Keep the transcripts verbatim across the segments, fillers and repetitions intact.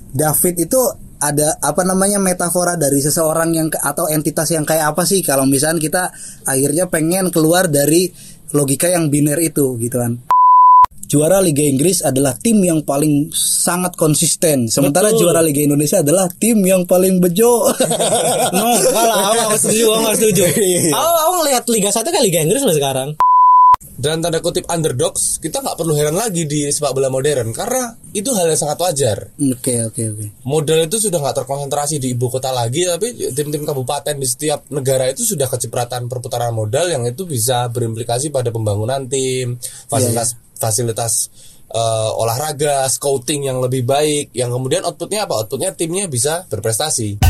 David itu ada apa namanya metafora dari seseorang yang atau entitas yang kayak apa sih kalau misalnya kita akhirnya pengen keluar dari logika yang biner itu gitu kan. Juara Liga Inggris adalah tim yang paling sangat konsisten. Sementara Betul. Juara Liga Indonesia adalah tim yang paling bejo. No, kalah. Aku nggak setuju. Aku nggak setuju. Aku aku ngelihat Liga satu kan Liga Inggris loh sekarang. Dan tanda kutip underdogs, kita nggak perlu heran lagi di sepak bola modern karena itu hal yang sangat wajar. Oke oke oke. Modal itu sudah nggak terkonsentrasi di ibu kota lagi, tapi tim-tim kabupaten di setiap negara itu sudah kecipratan perputaran modal yang itu bisa berimplikasi pada pembangunan tim, fasilitas. Yeah, yeah. fasilitas uh, olahraga, scouting yang lebih baik, yang kemudian outputnya apa? Outputnya timnya bisa berprestasi.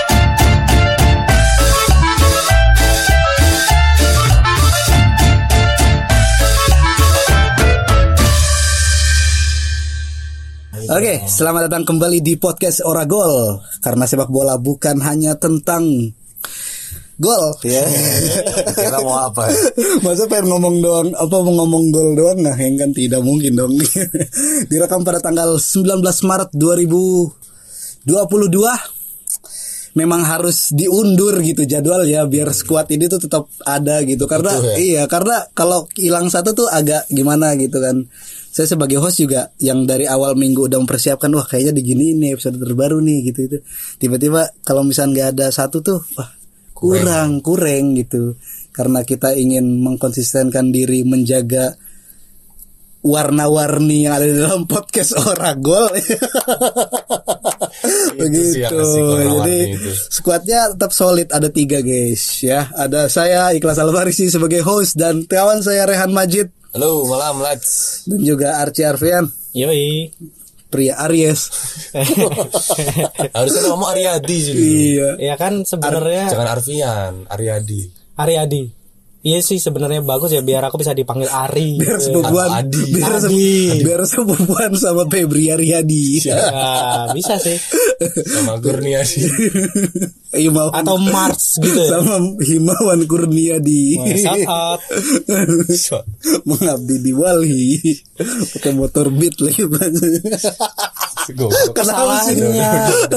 Oke, okay, selamat datang kembali di podcast Oragol. Karena sepak bola bukan hanya tentang gol, ya. Kita mau apa? Masa pengen ngomong doang, apa mau ngomong gol doang? Nah, yang kan tidak mungkin dong. Direkam pada tanggal sembilan belas Maret dua ribu dua puluh dua. Memang harus diundur gitu jadwal ya, biar skuad ini tuh tetap ada gitu. Karena Betul, ya? iya, karena kalau hilang satu tuh agak gimana gitu kan. Saya sebagai host juga yang dari awal minggu udah mempersiapkan, wah kayaknya diginiin nih episode terbaru nih gitu itu. Tiba-tiba kalau misalnya nggak ada satu tuh, wah kurang kurang gitu. Karena kita ingin mengkonsistenkan diri menjaga warna-warni yang ada di dalam podcast Oragol. Begitu. Jadi skuadnya tetap solid, ada tiga guys ya. Ada saya Ikhlas Alfarisi sebagai host dan kawan saya Rehan Majid. Halo, malam lads. Dan juga Archie Arfian. Yoi. Pria Aries. Harusnya ngomong Aryadi jadi. Iya. Ya kan sebenarnya. Ar- jangan Arfian, Aryadi. Aryadi. Iya sih sebenarnya bagus ya biar aku bisa dipanggil Ari. Biar sepupuan. Adi. Biar, Adi. biar sepupuan sama Febri Aryadi. Ya, bisa sih. Sama Kurniadi. Himawan. Atau Mars gitu ya. Sama Himawan Kurniadi. Saat mengabdi di Walhi pakai motor Beat lagi. Kenapa salahnya?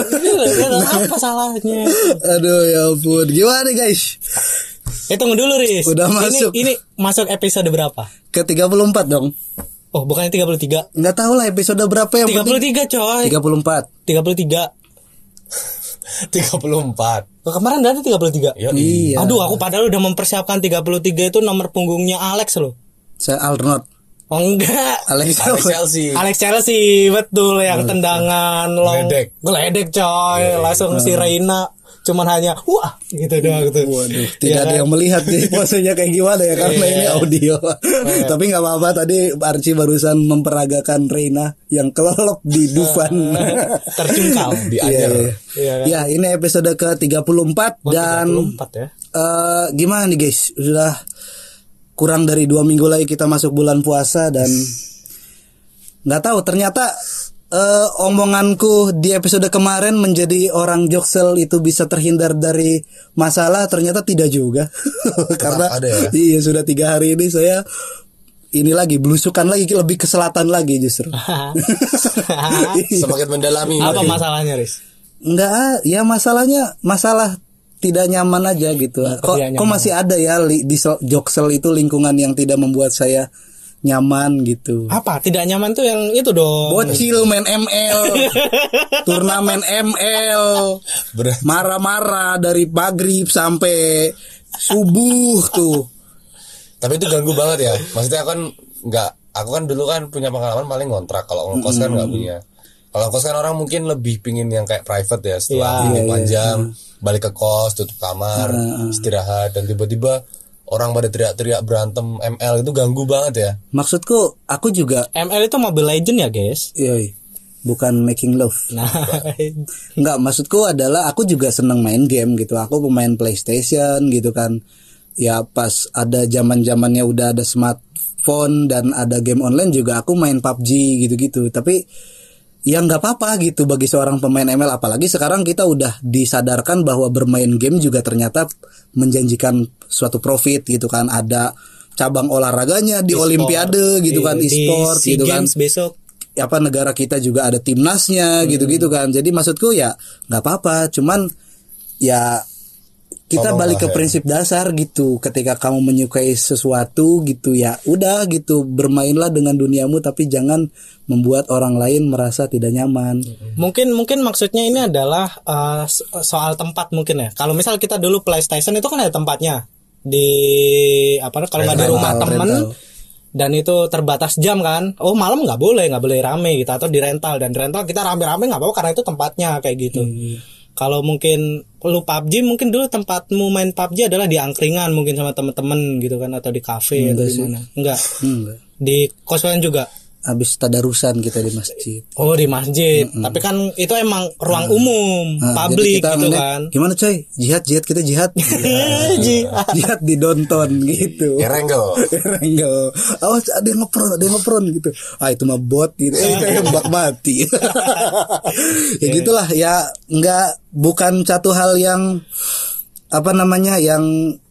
Apa salahnya? Aduh ya ampun. Gimana nih guys? Eh tunggu dulu Riz. Udah masuk. Ini, ini masuk episode berapa? Ke tiga puluh empat dong. Oh bukannya tiga puluh tiga? Nggak tahu lah episode berapa yang tiga puluh tiga coy. tiga puluh empat. tiga puluh tiga. tiga puluh empat. Oh, kemarin dari tiga puluh tiga. Yo, iya. Aduh aku padahal udah mempersiapkan tiga puluh tiga itu nomor punggungnya Alex loh. Saya Alnot. Oh enggak. Alex, Alex Chelsea. Alex Chelsea betul yang Alex. tendangan long. Geledek. Geledek coy. Geledek. Langsung si Reina cuman hanya wah gitu doang gitu. Waduh, tidak ya, ada kan? yang melihat nih posenya kayak gimana ya karena ini audio. Tapi nggak apa-apa, tadi Archie barusan memperagakan Reina yang kelelep di Dufan. Terjungkal di Iya, air. iya. Iya, kan? Ya, ini episode ke tiga puluh empat Oh, dan tiga puluh empat ya. uh, gimana nih guys? Sudah kurang dari dua minggu lagi kita masuk bulan puasa dan nggak tahu ternyata Uh, omonganku di episode kemarin menjadi orang Joksel itu bisa terhindar dari masalah, ternyata tidak juga. Karena ada ya? Iya sudah tiga hari ini saya ini lagi belusukan lagi, lebih ke selatan lagi justru. Semakin mendalami. Apa masalahnya Riz? Enggak, ya masalahnya masalah tidak nyaman aja gitu. Kok, kok masih ada ya li, di Joksel itu lingkungan yang tidak membuat saya nyaman gitu. Apa? Tidak nyaman tuh yang itu dong. Bocil main M L. Turnamen M L. Marah-marah dari maghrib sampai subuh tuh. Tapi itu ganggu banget ya. Maksudnya kan enggak, aku kan dulu kan punya pengalaman paling ngontrak. Kalau ngekos kan enggak punya. Kalau ngekos kan orang mungkin lebih pingin yang kayak private ya, setelah ya, ya, panjang ya. balik ke kos, tutup kamar, uh, istirahat, dan tiba-tiba orang pada teriak-teriak berantem M L itu ganggu banget ya. Maksudku aku juga M L itu Mobile Legend ya guys. Yoi. Bukan making love. Nah, enggak, maksudku adalah aku juga seneng main game gitu. Aku pemain PlayStation gitu kan. Ya pas ada zaman-zamannya udah ada smartphone dan ada game online juga aku main P U B G gitu-gitu. Tapi ya nggak apa-apa gitu bagi seorang pemain M L, apalagi sekarang kita udah disadarkan bahwa bermain game juga ternyata menjanjikan suatu profit gitu kan, ada cabang olahraganya di e-sport, Olimpiade gitu kan, di, e-sport di gitu kan. Games besok. apa negara kita juga ada timnasnya Hmm. gitu-gitu kan. Jadi maksudku ya nggak apa-apa, cuman ya kita Tolong balik lah ke ya. prinsip dasar gitu. Ketika kamu menyukai sesuatu gitu ya, udah gitu, bermainlah dengan duniamu tapi jangan membuat orang lain merasa tidak nyaman. Mungkin mungkin maksudnya ini adalah uh, so- soal tempat mungkin ya. Kalau misal kita dulu PlayStation itu kan ada tempatnya di apa kalau nggak di Rental, rumah temen rental. dan itu terbatas jam kan. Oh malam nggak boleh nggak boleh rame gitu atau di rental dan di rental kita rame-rame nggak apa-apa karena itu tempatnya kayak gitu. Kalau mungkin lu P U B G mungkin dulu tempatmu main P U B G adalah di angkringan mungkin sama temen-temen gitu kan atau di kafe atau di mana. Enggak. Enggak. Di kos-kosan juga. Habis tadarusan kita di masjid. Oh di masjid. Tapi kan itu emang ruang umum, Nah, publik jadi kita gitu mainnya, kan. gimana coy? Jihad, jihad kita jihad. Jihad. Jihad di Downtown gitu. Ya renggel. Renggel. Awas ada yang ngepron, ada yang ngepron gitu. Ah itu mah bot gitu. Eh kayak bak mati. Ya gitulah ya, enggak, bukan satu hal yang apa namanya yang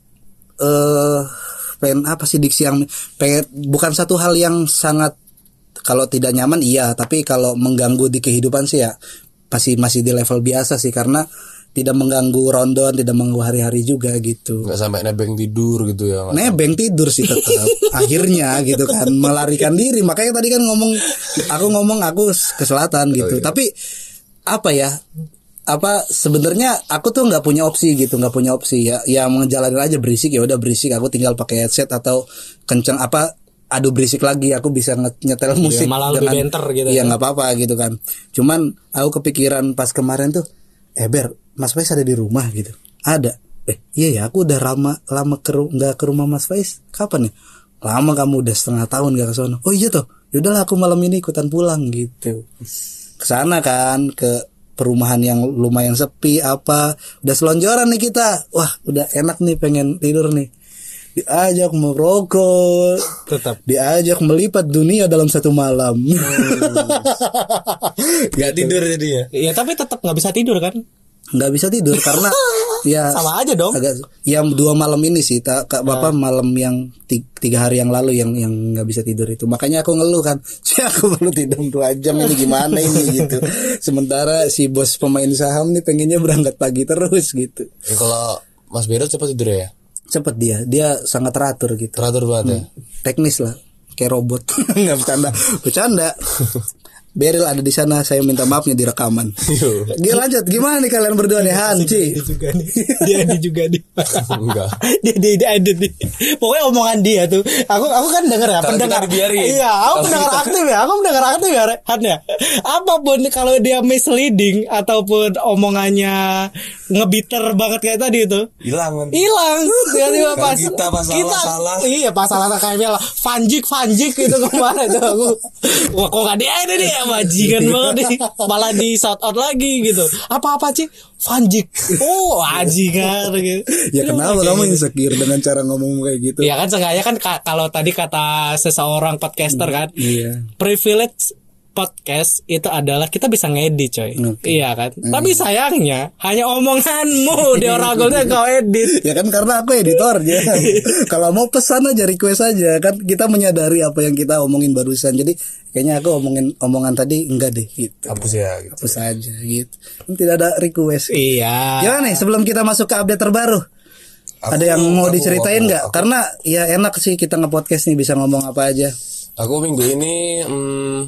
eh pengen apa sih diksi yang pengen, bukan satu hal yang sangat, kalau tidak nyaman iya, tapi kalau mengganggu di kehidupan sih ya pasti masih di level biasa sih, karena tidak mengganggu rondon, tidak mengganggu hari-hari juga gitu. Nggak sampai nebeng tidur gitu ya. Nebeng tidur sih tetap akhirnya gitu kan, melarikan diri. Makanya tadi kan ngomong, aku ngomong aku ke selatan gitu. Oh, iya. Tapi apa ya, apa sebenarnya aku tuh nggak punya opsi gitu, nggak punya opsi ya. Ya ngejalanin aja, berisik ya udah berisik. Aku tinggal pakai headset atau kenceng apa, aduh berisik lagi, aku bisa nge- nyetel musik malah lebih banter gitu iya ya. nggak apa-apa gitu kan. Cuman aku kepikiran pas kemarin tuh, eh Ber, Mas Faiz ada di rumah gitu. Ada. Eh iya ya, aku udah lama lama ke ru- nggak ke rumah Mas Faiz. Kapan ya? Lama, kamu udah setengah tahun gak ke sono. Oh iya tuh. Yaudahlah aku malam ini ikutan pulang gitu. Kesana kan, ke perumahan yang lumayan sepi apa, udah selonjoran nih kita. Wah, udah enak nih, pengen tidur nih. Diajak merokok, Tetap. diajak melipat dunia dalam satu malam. Nggak tidur jadi ya. Iya tapi tetap nggak bisa tidur kan? Nggak bisa tidur karena ya Sama aja dong. agak yang dua malam ini sih tak kak bapak malam yang ti- tiga hari yang lalu yang yang nggak bisa tidur itu, makanya aku ngeluh kan, sih aku baru tidur dua jam ini gimana ini gitu, sementara si bos pemain saham nih pengennya berangkat pagi terus gitu. Ya, kalau Mas Bero cepat tidur ya. Cepet dia dia sangat teratur gitu, Teratur banget ya. teknis lah kayak robot. Nggak bercanda bercanda. Beril ada di sana, saya minta maafnya di rekaman. Dia lanjut, gimana nih kalian berdua nih, Hanci? Dia juga nih. Dia ada juga nih. Enggak. dia dia dia ada nih. Pokoknya omongan dia tuh. Aku aku kan denger ya, Kalau pendengar. kita dibiarin. Iya, aku Kalau pendengar kita- aktif ya. Aku pendengar aktif ya, Han ya. Apapun kalau dia misleading ataupun omongannya ngebiter banget kayak tadi itu. Hilang kan. Hilang tiba-tiba Kalau pas kita pas salah-salah. iya pas salah kayak bilang fanjik fanjik gitu kemarin tuh aku wah kok gak dia ada nih bajingan banget nih malah di shout out lagi gitu apa-apa sih fanjik oh bajingan gitu. Ya kenapa kamu insecure dengan cara ngomong kayak gitu? Ya kan seenggaknya kan ka- kalau tadi kata seseorang podcaster kan Iya. privilege podcast itu adalah kita bisa ngedit coy. Oke. Iya kan. Tapi sayangnya hanya omonganmu di orangnya kau edit. Ya kan karena aku editornya. Kalau mau pesan aja, request aja, kan kita menyadari apa yang kita omongin barusan. Jadi kayaknya aku omongin omongan tadi enggak deh gitu. Hapus ya gitu. Hapus aja gitu. Kan tidak ada request. Iya. Gimana nih sebelum kita masuk ke update terbaru? Aku- ada yang mau aku- diceritain aku- nggak? aku- Karena ya enak sih kita nge-podcast nih, bisa ngomong apa aja. Aku minggu ini hmm,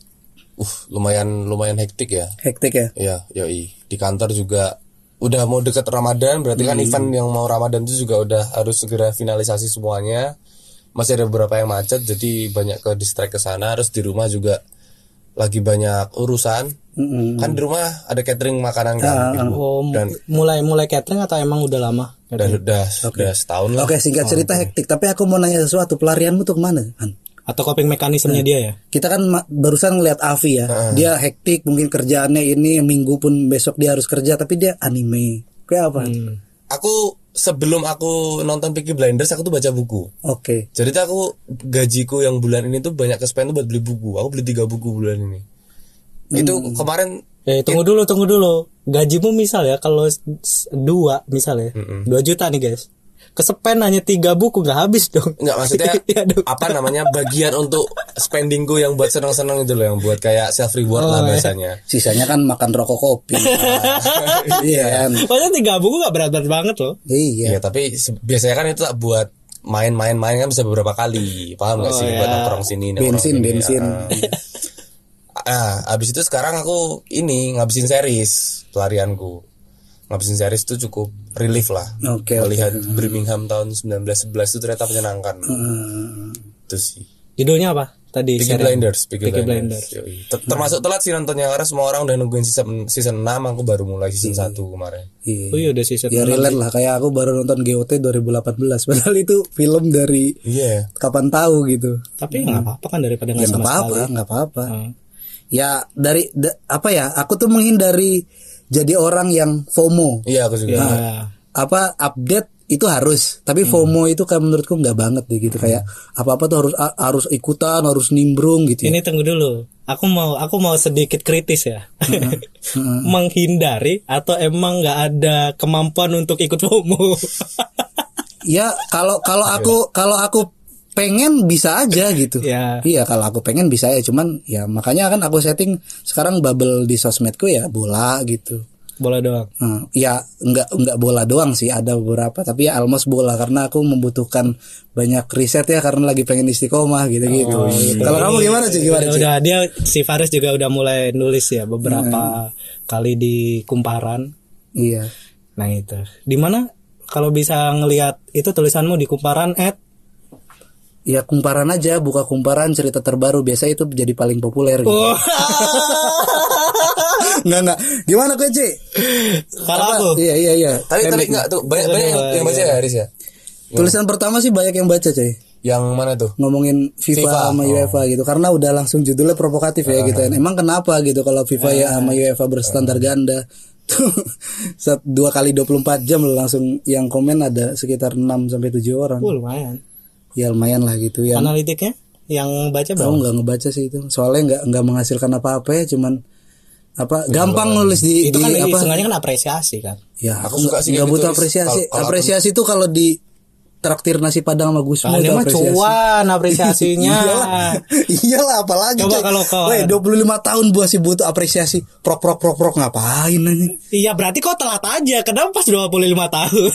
uh lumayan lumayan hektik ya. Hektik ya. Iya, yoi. Di kantor juga udah mau deket Ramadan, berarti kan event yang mau Ramadan itu juga udah harus segera finalisasi semuanya. Masih ada beberapa yang macet, jadi banyak ke distract ke sana. Terus di rumah juga lagi banyak urusan. Mm-mm. Kan di rumah ada catering makanan kan, Ibu. Oh, dan mulai mulai catering atau emang udah lama? dan udah udah setahun lah. Oke, singkat cerita hektik. Tapi aku mau nanya sesuatu. Pelarianmu tuh kemana, Han? Atau coping mekanismenya dia ya? Kita kan ma- barusan ngeliat Avi ya, dia hektik, mungkin kerjaannya ini minggu pun besok dia harus kerja, tapi dia anime. Kayak apa? Aku sebelum aku nonton Peaky Blinders aku tuh baca buku. Oke. Jadi tuh aku gajiku yang bulan ini tuh banyak ke spend tuh buat beli buku. Aku beli tiga buku bulan ini. Itu kemarin Eh tunggu dulu tunggu dulu. Gajimu misal ya kalau s- s- dua misal ya, dua juta nih guys. kesepen hanya tiga buku nggak habis dong. Enggak, maksudnya Iya dong. apa namanya bagian untuk spendingku yang buat seneng-seneng itu loh, yang buat kayak self reward Oh, lah iya. bahasanya. Sisanya kan makan rokok kopi. Iya kan. Maksudnya tiga buku nggak berat-berat banget loh. Iya. Iya, tapi se- biasanya kan itu tak buat main-main-main kan bisa beberapa kali. Paham nggak Oh, sih iya. buat nongkrong sini, nongkrong Bensin, sini. bensin. Ah. Ah, abis itu sekarang aku ini ngabisin series pelarianku. Ngabisin series itu cukup relief lah. Oke, Melihat oke. Birmingham tahun sembilan belas sebelas itu ternyata menyenangkan. Hmm. Itu sih. Judulnya apa tadi? Peaky serial? Blinders, Peaky Peaky Blinders. Blinders. Yoi. Ter- Termasuk telat sih nontonnya karena semua orang udah nungguin season season enam, aku baru mulai season satu kemarin. Iya. Oh iya udah season Ya enam. relate lah, kayak aku baru nonton G O T dua ribu delapan belas. Padahal itu film dari Iya. kapan tahu gitu. Tapi nggak apa-apa kan daripada Ya nggak nggak sama apa-apa, sekali. nggak apa-apa. Hmm. Ya dari da- apa ya? Aku tuh menghindari jadi orang yang FOMO. Iya, aku juga. Ya. Apa update itu harus, tapi FOMO itu kayak menurutku nggak banget deh gitu, kayak apa-apa tuh harus a- harus ikutan, harus nimbrung gitu. Ini tunggu dulu. Aku mau aku mau sedikit kritis ya. Menghindari atau emang nggak ada kemampuan untuk ikut FOMO? Ya kalau kalau aku kalau aku pengen bisa aja gitu. Ya. Iya kalau aku pengen bisa ya, cuman ya makanya kan aku setting sekarang bubble di sosmedku ya bola gitu. Bola doang. Hmm, ya nggak nggak bola doang sih, ada beberapa tapi ya almost bola karena aku membutuhkan banyak riset ya karena lagi pengen istiqomah gitu-gitu. Oh, gitu. Kalau kamu gimana sih gimana Udah, sih? udah dia si Faris juga udah mulai nulis ya beberapa kali di kumparan. Iya. Nah itu. Di mana kalau bisa ngelihat itu tulisanmu di kumparan at Ya kumparan aja, buka kumparan cerita terbaru biasa itu jadi paling populer gitu. Oh. Nggak nggak. Gimana kue Ci? Kalau Apa? aku Iya iya iya. Tapi tapi enggak tuh banyak banyak yang, yang baca ya Haris ya. Tulisan pertama sih banyak yang baca coy. Yang mana tuh? Ngomongin FIFA, FIFA, sama oh. UEFA gitu karena udah langsung judulnya provokatif ya gitu kan. Emang kenapa gitu kalau FIFA ya sama UEFA berstandar ganda tuh saat dua kali dua puluh empat jam langsung yang komen ada sekitar enam sampai tujuh orang. oh, lumayan. Ya lumayan lah gitu ya. Analitiknya yang baca Aku berapa? nggak ngebaca sih itu. Soalnya nggak nggak menghasilkan apa-apa ya, cuman apa gampang nulis di Itu di kan apa? sengaja kan apresiasi kan. Ya Aku aku suka nggak sih nggak kayak butuh gitu, Riz. apresiasi. Kalau- kalau aku- Apresiasi itu kalau di traktir nasi padang sama Gusmo Nah, itu ini mah apresiasi. cuan apresiasinya. Iyalah, iyalah apalagi Coba coy. kalau kau- Weh, dua puluh lima tahun gua sih butuh apresiasi. Prok prok prok prok ngapain ini? Iya berarti kau telat aja. Kenapa pas dua puluh lima tahun?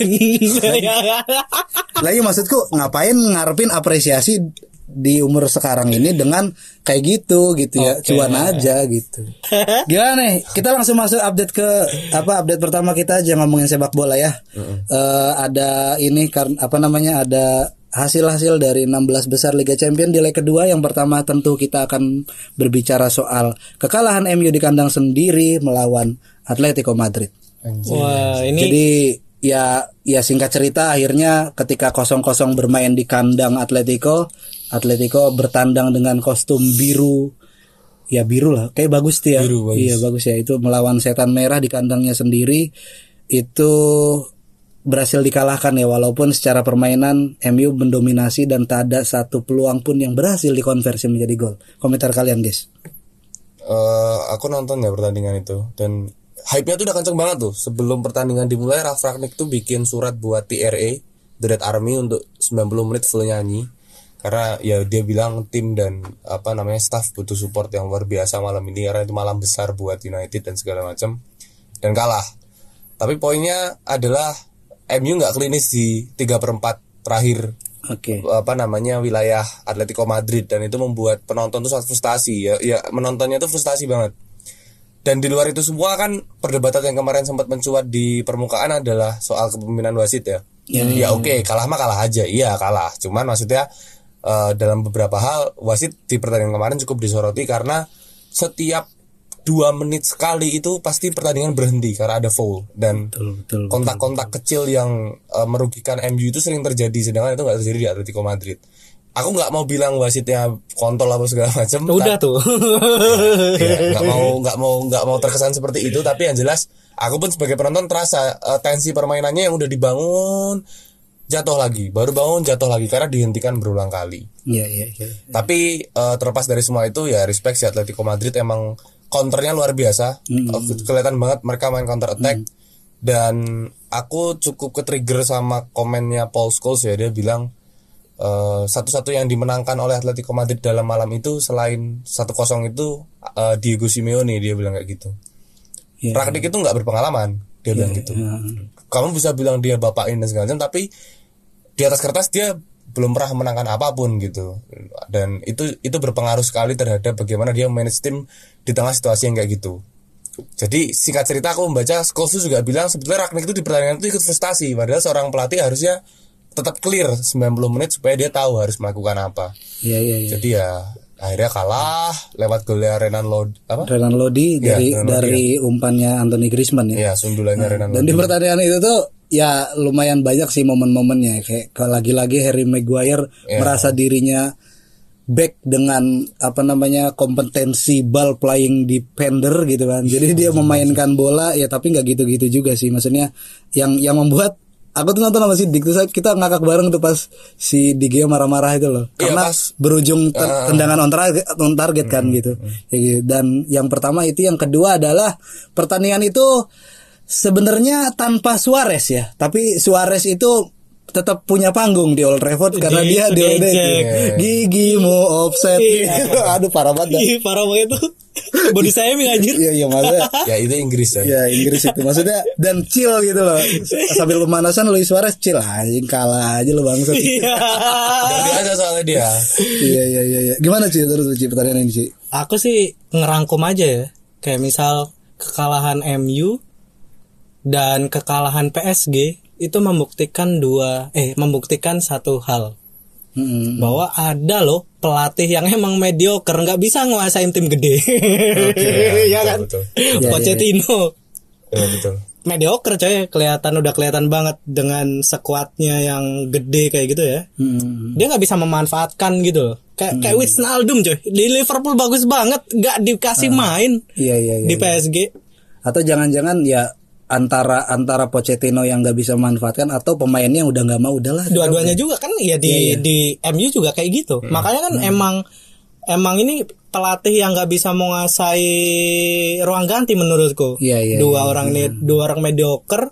Lagi maksudku ngapain ngarepin apresiasi di umur sekarang ini dengan kayak gitu gitu ya, Oke. cuan aja gitu. Gimana nih? Kita langsung masuk update ke apa update pertama kita aja ngomongin sepak bola ya. Eh, ada ini karena apa namanya ada hasil-hasil dari enam belas besar Liga Champions di leg kedua. Yang pertama tentu kita akan berbicara soal kekalahan M U di kandang sendiri melawan Atletico Madrid. Wah ini Jadi ya ya singkat cerita akhirnya ketika kosong kosong bermain di kandang Atletico, Atletico bertandang dengan kostum biru. Ya biru lah, kayak bagus tuh ya. Biru, bagus. Iya bagus ya, itu melawan setan merah di kandangnya sendiri. Itu berhasil dikalahkan ya, walaupun secara permainan M U mendominasi dan tak ada satu peluang pun yang berhasil dikonversi menjadi gol. Komentar kalian guys. Eh, aku nonton ya pertandingan itu dan hype-nya tuh udah kenceng banget tuh. Sebelum pertandingan dimulai, Ralf Rangnick tuh bikin surat buat T R A, The Red Army, untuk sembilan puluh menit full nyanyi. Karena ya dia bilang tim dan apa namanya staff butuh support yang luar biasa malam ini karena itu malam besar buat United dan segala macam. Dan kalah. Tapi poinnya adalah M U nggak klinis di tiga per empat terakhir Oke. apa namanya wilayah Atletico Madrid, dan itu membuat penonton tuh sangat frustasi ya, ya menontonnya tuh frustasi banget. Dan di luar itu semua kan perdebatan yang kemarin sempat mencuat di permukaan adalah soal kepemimpinan wasit ya. Ya, ya oke, kalah mah kalah aja, iya kalah. Cuman maksudnya uh, dalam beberapa hal wasit di pertandingan kemarin cukup disoroti karena setiap dua menit sekali itu pasti pertandingan berhenti karena ada foul dan Betul, betul, kontak-kontak kecil yang uh, merugikan M U itu sering terjadi, sedangkan itu nggak terjadi di Atletico Madrid. Aku nggak mau bilang wasitnya kontol apa segala macam. udah tuh. Ya, nggak mau nggak mau nggak mau terkesan seperti itu, tapi yang jelas aku pun sebagai penonton terasa uh, tensi permainannya yang udah dibangun jatuh lagi, baru bangun jatuh lagi karena dihentikan berulang kali. Iya iya iya. Tapi uh, terlepas dari semua itu ya respect si Atletico Madrid, emang counternya luar biasa. Uh, kelihatan banget mereka main counter attack. Dan aku cukup ke-trigger sama komennya Paul Scholes ya, dia bilang uh, satu-satu yang dimenangkan oleh Atletico Madrid dalam malam itu selain satu kosong itu uh, Diego Simeone, dia bilang kayak gitu. Yeah. Rangnick itu nggak berpengalaman, dia yeah, bilang gitu. Yeah. Kamu bisa bilang dia bapakin dan segala macam, tapi di atas kertas dia belum pernah menangkan apapun gitu. Dan itu itu berpengaruh sekali terhadap bagaimana dia manage tim di tengah situasi yang kayak gitu. Jadi singkat cerita aku membaca Scholes juga bilang sebetulnya Rangnick itu di pertandingan itu ikut frustasi, padahal seorang pelatih harusnya tetap clear sembilan puluh menit supaya dia tahu harus melakukan apa. Iya iya iya. Jadi ya akhirnya kalah lewat golnya Renan Lodi apa? Renan Lodi ya, dari Renan dari Lodi, ya. umpannya Anthony Griezmann ya. Iya, sundulannya nah, Renan Dan Lodi. di pertandingan itu tuh ya lumayan banyak sih momen-momennya, kayak lagi-lagi Harry Maguire ya. merasa dirinya back dengan apa namanya kompetensi ball playing defender gitu kan. Jadi dia memainkan bola ya, tapi nggak gitu-gitu juga sih. Maksudnya yang yang membuat aku tuh nonton sama si Dik tuh kita ngakak bareng tuh pas si Dik marah-marah itu loh. Karena ya, berujung ter- uh, tendangan on target, on target kan uh, gitu. Ya, gitu. Dan yang pertama itu, yang kedua adalah pertandingan itu sebenarnya tanpa Suarez ya. Tapi Suarez itu tetap punya panggung di Old Trafford karena dia diledek gigimu offset. Aduh parah banget. Iya parah banget tuh. Body shaming anjir. Iya iya maksudnya. Ya itu Inggris ya. Ya Inggris itu maksudnya, dan chill gitu loh. Sambil pemanasan Luis Suarez chill anjing, kalah aja lo bangsat. Iya. Udah biasa soalnya dia. Iya iya iya iya. Gimana Ci terus Ci pertandingan ini Ci? Aku sih ngerangkum aja ya. Kayak misal kekalahan M U dan kekalahan P S G itu membuktikan dua eh membuktikan satu hal, hmm. bahwa ada loh pelatih yang emang mediocre, nggak bisa nguasain tim gede. Okay, ya, ya kan betul, betul. Pochettino ya, ya, betul. Mediocre coy, kelihatan udah kelihatan banget dengan skuadnya yang gede kayak gitu ya. hmm. Dia nggak bisa memanfaatkan gitu loh. Kayak hmm. kayak Wijnaldum coy di Liverpool bagus banget, nggak dikasih uh, main iya, iya, iya, di P S G. Atau jangan-jangan ya antara antara Pochettino yang nggak bisa memanfaatkan atau pemainnya yang udah nggak mau, udahlah. Dua-duanya juga kan ya di yeah, yeah. di M U juga kayak gitu. Hmm. Makanya kan hmm. emang emang ini pelatih yang nggak bisa menguasai ruang ganti menurutku. Yeah, yeah, dua yeah, orang yeah. nih dua orang mediocre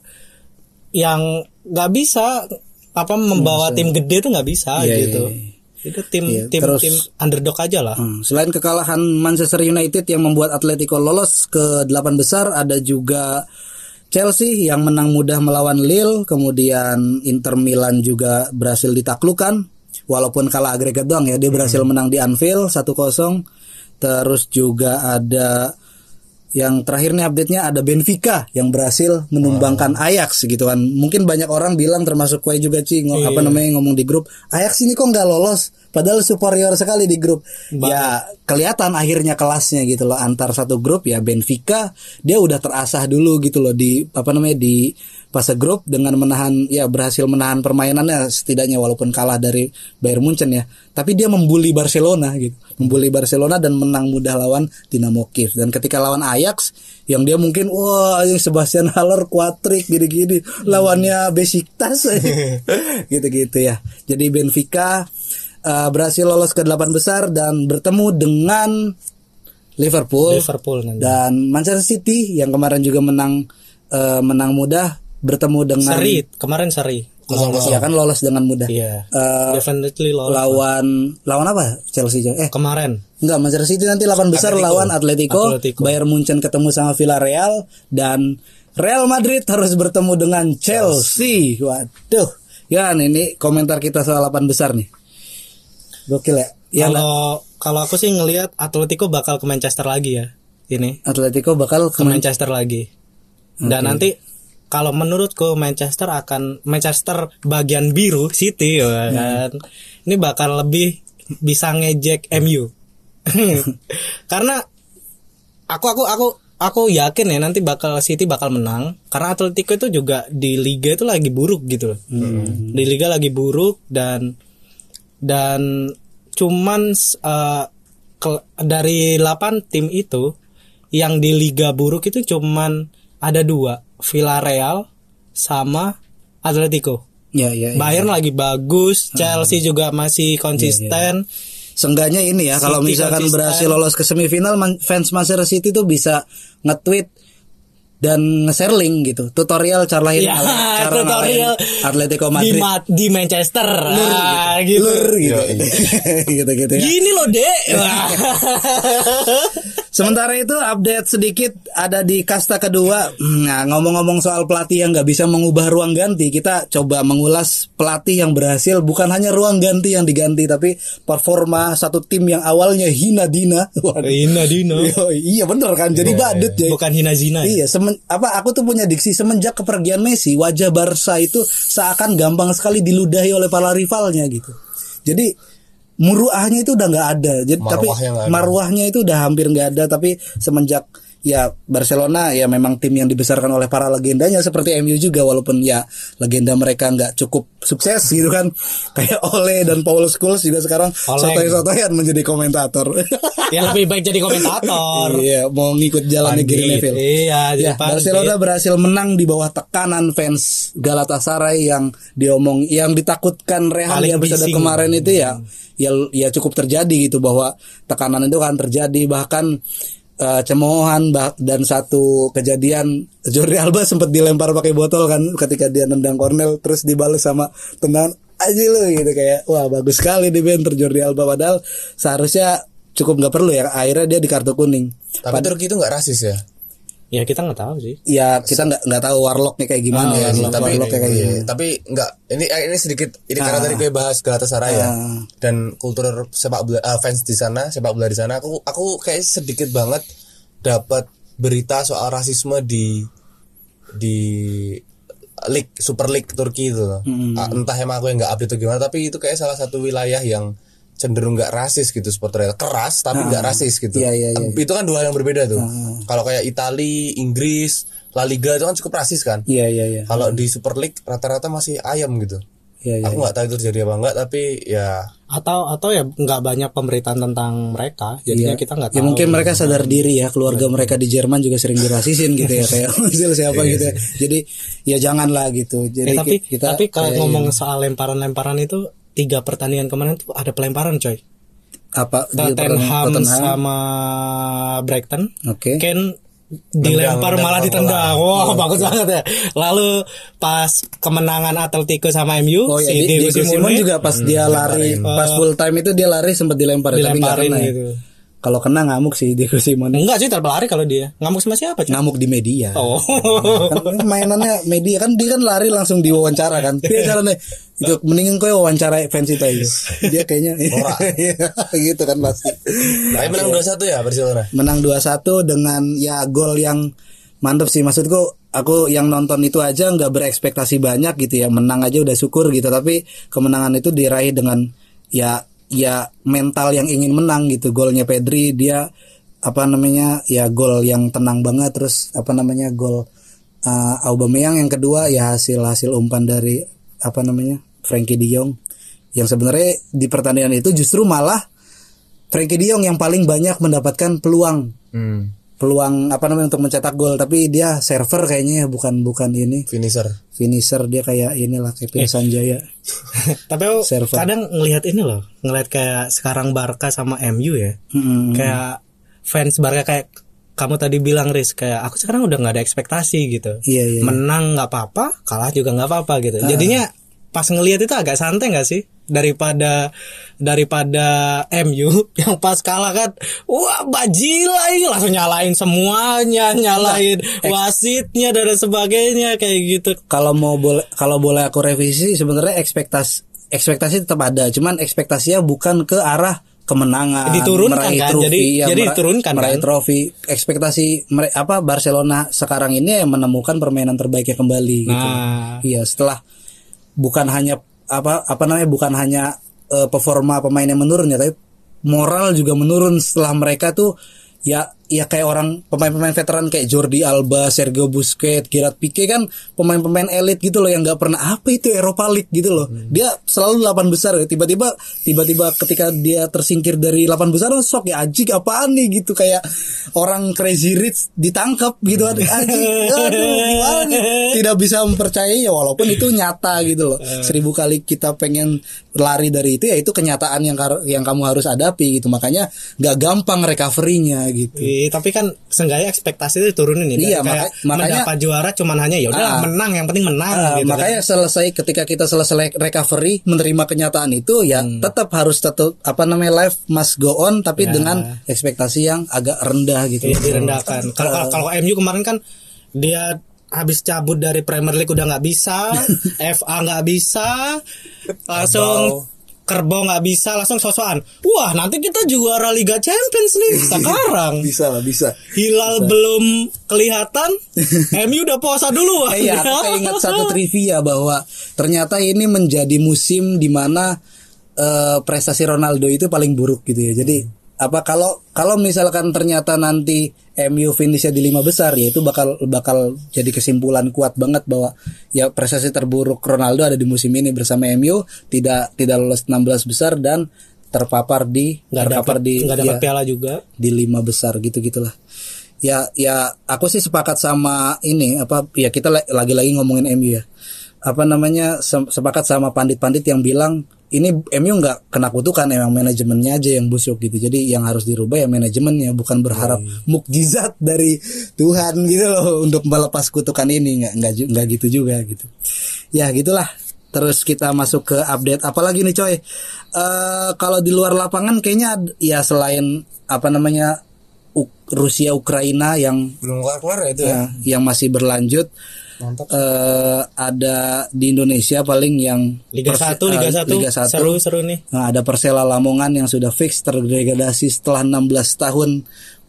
yang nggak bisa apa membawa hmm, tim gede tuh nggak bisa yeah, gitu. Yeah, yeah. Itu tim yeah, tim terus, tim underdog aja lah. Hmm, selain kekalahan Manchester United yang membuat Atletico lolos ke delapan besar, ada juga Chelsea yang menang mudah melawan Lille, kemudian Inter Milan juga berhasil ditaklukkan walaupun kalah agregat doang ya, dia berhasil hmm. menang di Anfield satu kosong. Terus juga ada yang terakhir nih update-nya, ada Benfica yang berhasil menumbangkan wow. Ajax gitu kan. Mungkin banyak orang bilang termasuk gue juga Ci, ng- iya. apa namanya ngomong di grup, Ajax ini kok nggak lolos padahal superior sekali di grup. Bah. Ya kelihatan akhirnya kelasnya gitu loh antar satu grup ya. Benfica dia udah terasah dulu gitu loh di apa namanya di fase grup dengan menahan ya berhasil menahan permainannya setidaknya walaupun kalah dari Bayern Munchen ya. Tapi dia membuli Barcelona gitu. Membuli Barcelona dan menang mudah lawan Dinamo Kiev. Dan ketika lawan Ajax yang dia mungkin wah yang Sebastian Haller quadrick gini-gini lawannya Besiktas gitu-gitu ya. Jadi Benfica uh, berhasil lolos ke delapan besar dan bertemu dengan Liverpool, Liverpool dan Manchester City yang kemarin juga menang uh, menang mudah bertemu dengan seri kemarin seri ya kan lolos dengan mudah. Iya. Uh, Definitely lolos. Lawan lawan apa? Chelsea eh kemarin. Enggak, Manchester City nanti delapan besar Atletico. lawan Atletico. Atletico. Bayern Munchen ketemu sama Villarreal dan Real Madrid harus bertemu dengan Chelsea. Waduh. Ya ini komentar kita soal delapan besar nih. Gokil ya. ya kalau kalau aku sih ngelihat Atletico bakal ke Manchester lagi ya. Ini. Atletico bakal ke, ke Manchester Man- lagi. Dan okay. nanti kalau menurutku Manchester akan Manchester bagian biru City ya kan. Hmm. Ini bakal lebih bisa ngejek M U. Karena aku aku aku aku yakin ya nanti bakal City bakal menang karena Atletico itu juga di liga itu lagi buruk gitu loh. Hmm. Di liga lagi buruk dan dan cuman uh, ke, dari delapan tim itu yang di liga buruk itu cuman ada dua, Villarreal sama Atletico. Ya, ya, ya. Bayern ya. lagi bagus, Chelsea hmm. juga masih konsisten. Ya, ya. Seenggaknya ini ya, City kalau misalkan konsisten. Berhasil lolos ke semifinal, man, fans Manchester City tuh bisa nge-tweet dan nge-share link gitu. Tutorial cara lain Ya, cara tutorial ngalahin Atletico di, Madrid. Ma- di Manchester. Lur, Ah, gitu. gitu. Lur, gitu. Yoi. Gitu-gitu ya. Gini loh, Dek. Wah. Sementara itu update sedikit ada di kasta kedua. Nah, ngomong-ngomong soal pelatih yang nggak bisa mengubah ruang ganti, kita coba mengulas pelatih yang berhasil bukan hanya ruang ganti yang diganti, tapi performa satu tim yang awalnya hina dina. Waduh. Hina dina. Yo, iya bener kan, jadi Iya, badut ya. Bukan hina zina. Iya, semen, apa aku tuh punya diksi semenjak kepergian Messi, wajah Barca itu seakan gampang sekali diludahi oleh para rivalnya gitu. Jadi muruahnya itu udah nggak ada. Jadi tapi Marwahnya nggak ada. marwahnya itu udah hampir nggak ada. Tapi semenjak ya Barcelona ya memang tim yang dibesarkan oleh para legendanya seperti M U juga, walaupun ya legenda mereka nggak cukup sukses gitu kan. Kayak Ole dan Paul Scholes juga sekarang Ole. sotoy-sotoyan menjadi komentator. Ya lebih baik jadi komentator. Iya, mau ngikut jalannya Gary Pandit. Neville. Iya, jadi Ya, pandit. Barcelona berhasil menang di bawah tekanan fans Galatasaray yang diomong yang ditakutkan Rehan di Paling episode bising. kemarin itu ya ya ya cukup terjadi gitu, bahwa tekanan itu kan terjadi, bahkan eh, cemoohan bah- dan satu kejadian Jordi Alba sempat dilempar pakai botol kan ketika dia nendang Cornell, terus dibalas sama tendangan aja lu gitu, kayak wah bagus sekali di banter Jordi Alba, padahal seharusnya cukup nggak perlu ya, akhirnya dia di kartu kuning. Tapi Turki itu nggak rasis ya? Ya kita nggak tahu sih. Ya kita nggak nggak tahu warlocknya kayak gimana Oh, ya, iya, tapi warlocknya kayak iya, gimana. tapi enggak ini eh, ini sedikit ini karena Ah. tadi gue bahas Galatasaray ya Ah. dan kultur sepak bola eh, fans di sana sepak bola di sana aku aku kayak sedikit banget dapat berita soal rasisme di di League Super League Turki itu loh. Ah, entah emang aku yang nggak update atau gimana, tapi itu kayak salah satu wilayah yang cenderung nggak rasis gitu, supporternya keras tapi nggak rasis gitu. Iya, iya, iya. Itu kan dua hal yang berbeda tuh. Kalau kayak Italia, Inggris, La Liga itu kan cukup rasis kan. Iya iya iya. Kalau di Super League rata-rata masih ayam gitu. Iya iya. Aku nggak tahu itu terjadi apa enggak, tapi ya Atau atau ya nggak banyak pemberitaan tentang mereka, jadinya kita nggak tahu. Ya mungkin mereka sadar diri ya, keluarga mereka di Jerman juga sering dirasisin gitu ya, kayak misal siapa gitu ya. Jadi ya janganlah gitu. Jadi Eh, tapi ki- kita tapi kalau kayak ngomong soal lemparan-lemparan itu tiga pertandingan kemarin tuh ada pelemparan coy. apa di Tottenham Tottenham. sama Brighton. Oke. Ken dilempar Nendang, malah nendang ditendang. Wah, bagus banget ya. Lalu pas kemenangan Atletico sama M U, Oh ya, si di, Diego Diego Simon Simone juga pas dia lari, pas full time itu dia lari sempat dilempar, tapi nggak dilemparin kena ya. gitu. Kalau kena ngamuk sih Diego Simon. Enggak sih, terpelari kalau dia. Ngamuk sama siapa, coy? Ngamuk di media. Oh. Kan mainannya media kan, dia kan lari langsung diwawancara kan. Dia caranya itu mendingan kowe wawancara fans itu aja. Dia kayaknya Norak. gitu kan pasti. tapi menang dua satu ya Barcelona. Menang dua satu dengan ya gol yang mantap sih, maksudku aku yang nonton itu aja nggak berekspektasi banyak gitu ya, menang aja udah syukur gitu, tapi kemenangan itu diraih dengan ya ya mental yang ingin menang gitu. Golnya Pedri, dia apa namanya ya gol yang tenang banget, terus apa namanya gol uh, Aubameyang yang kedua ya hasil hasil umpan dari apa namanya Frankie De Jong, yang sebenarnya di pertandingan itu justru malah Frankie De Jong yang paling banyak mendapatkan peluang Hmm. peluang apa namanya untuk mencetak gol, tapi dia server kayaknya ya, bukan bukan ini Finisher. finisher, dia kayak inilah kayak Pir Sanjaya. Tapi aku Server. kadang ngelihat ini loh, ngelihat kayak sekarang Barca sama M U ya. Mm-mm. Kayak fans Barca kayak kamu tadi bilang, Riz, kayak aku sekarang udah nggak ada ekspektasi gitu. Iya, iya. Menang nggak apa-apa, kalah juga nggak apa-apa gitu. Jadinya pas ngelihat itu agak santai nggak sih daripada daripada M U yang pas kalah kan, wah bajila ini langsung nyalain semuanya, nyalain wasitnya dan sebagainya kayak gitu. Kalau mau boleh kalau boleh aku revisi, sebenarnya ekspektasi ekspektasi tetap ada, cuman ekspektasinya bukan ke arah kemenangan, Diturunkan meraih kan? trofi, Jadi- ya, jadi mera- diturunkan meraih kan? trofi. Ekspektasi mere- apa Barcelona sekarang ini yang menemukan permainan terbaiknya kembali gitu. Nah. Iya, setelah bukan hanya apa apa namanya bukan hanya eh, performa pemain yang menurun ya, tapi moral juga menurun setelah mereka tuh ya ya kayak orang pemain-pemain veteran kayak Jordi Alba, Sergio Busquets, Gerard Pique kan pemain-pemain elit gitu loh yang nggak pernah apa itu Europa League gitu loh. Dia selalu delapan besar ya. Tiba-tiba tiba-tiba ketika dia tersingkir dari delapan besar, oh, sok ya anjing apaan nih gitu, kayak orang Crazy Rich ditangkap gitu kan. Anjing, aduh gimana nih? Tidak bisa mempercayai ya, walaupun itu nyata gitu loh. Seribu kali kita pengen lari dari itu, ya itu kenyataan yang kar- yang kamu harus hadapi gitu. Makanya nggak gampang recovery-nya gitu. sih, tapi kan seenggaknya ekspektasi itu turunin nih. Iya, kayak maka, makanya mendapat juara cuman hanya ya udah ah, menang, yang penting menang ah, gitu. makanya kan. selesai ketika kita selesai recovery menerima kenyataan itu ya hmm. tetap harus tetap apa namanya life must go on tapi ya. dengan ekspektasi yang agak rendah gitu. Ya, direndahkan. Kalau uh, kalau M U kemarin kan dia habis cabut dari Premier League udah nggak bisa, F A nggak bisa, langsung Kerbau nggak bisa, langsung sosokan. Wah, nanti kita juara Liga Champions nih sekarang. Bisa lah, bisa. Hilal bisa. Belum kelihatan, M U udah puasa dulu. Iya, aku ingat satu trivia bahwa ternyata ini menjadi musim di mana uh, prestasi Ronaldo itu paling buruk gitu ya. Jadi hmm. apa kalau kalau misalkan ternyata nanti M U finishnya di lima besar ya itu bakal bakal jadi kesimpulan kuat banget bahwa ya prestasi terburuk Ronaldo ada di musim ini bersama M U, tidak tidak lolos enam belas besar dan terpapar di nggak terpapar dapet, di nggak dapat ya, piala juga di lima besar gitu-gitulah. Ya ya aku sih sepakat sama ini apa ya kita lagi-lagi ngomongin M U ya. Apa namanya sepakat sama pandit-pandit yang bilang ini M U nggak kena kutukan, emang manajemennya aja yang busuk gitu. Jadi yang harus dirubah ya manajemennya, bukan berharap hmm. mukjizat dari Tuhan gitu loh untuk melepas kutukan ini, nggak nggak nggak gitu juga gitu. Ya gitulah. Terus kita masuk ke update apalagi nih coy. Uh, kalau di luar lapangan kayaknya ya selain apa namanya U- Rusia Ukraina yang belum keluar ya itu ya, uh, yang masih berlanjut. Uh, ada di Indonesia paling yang Liga satu, Liga satu, Liga satu seru-seru nih. Nah, ada Persela Lamongan yang sudah fix terdegradasi setelah enam belas tahun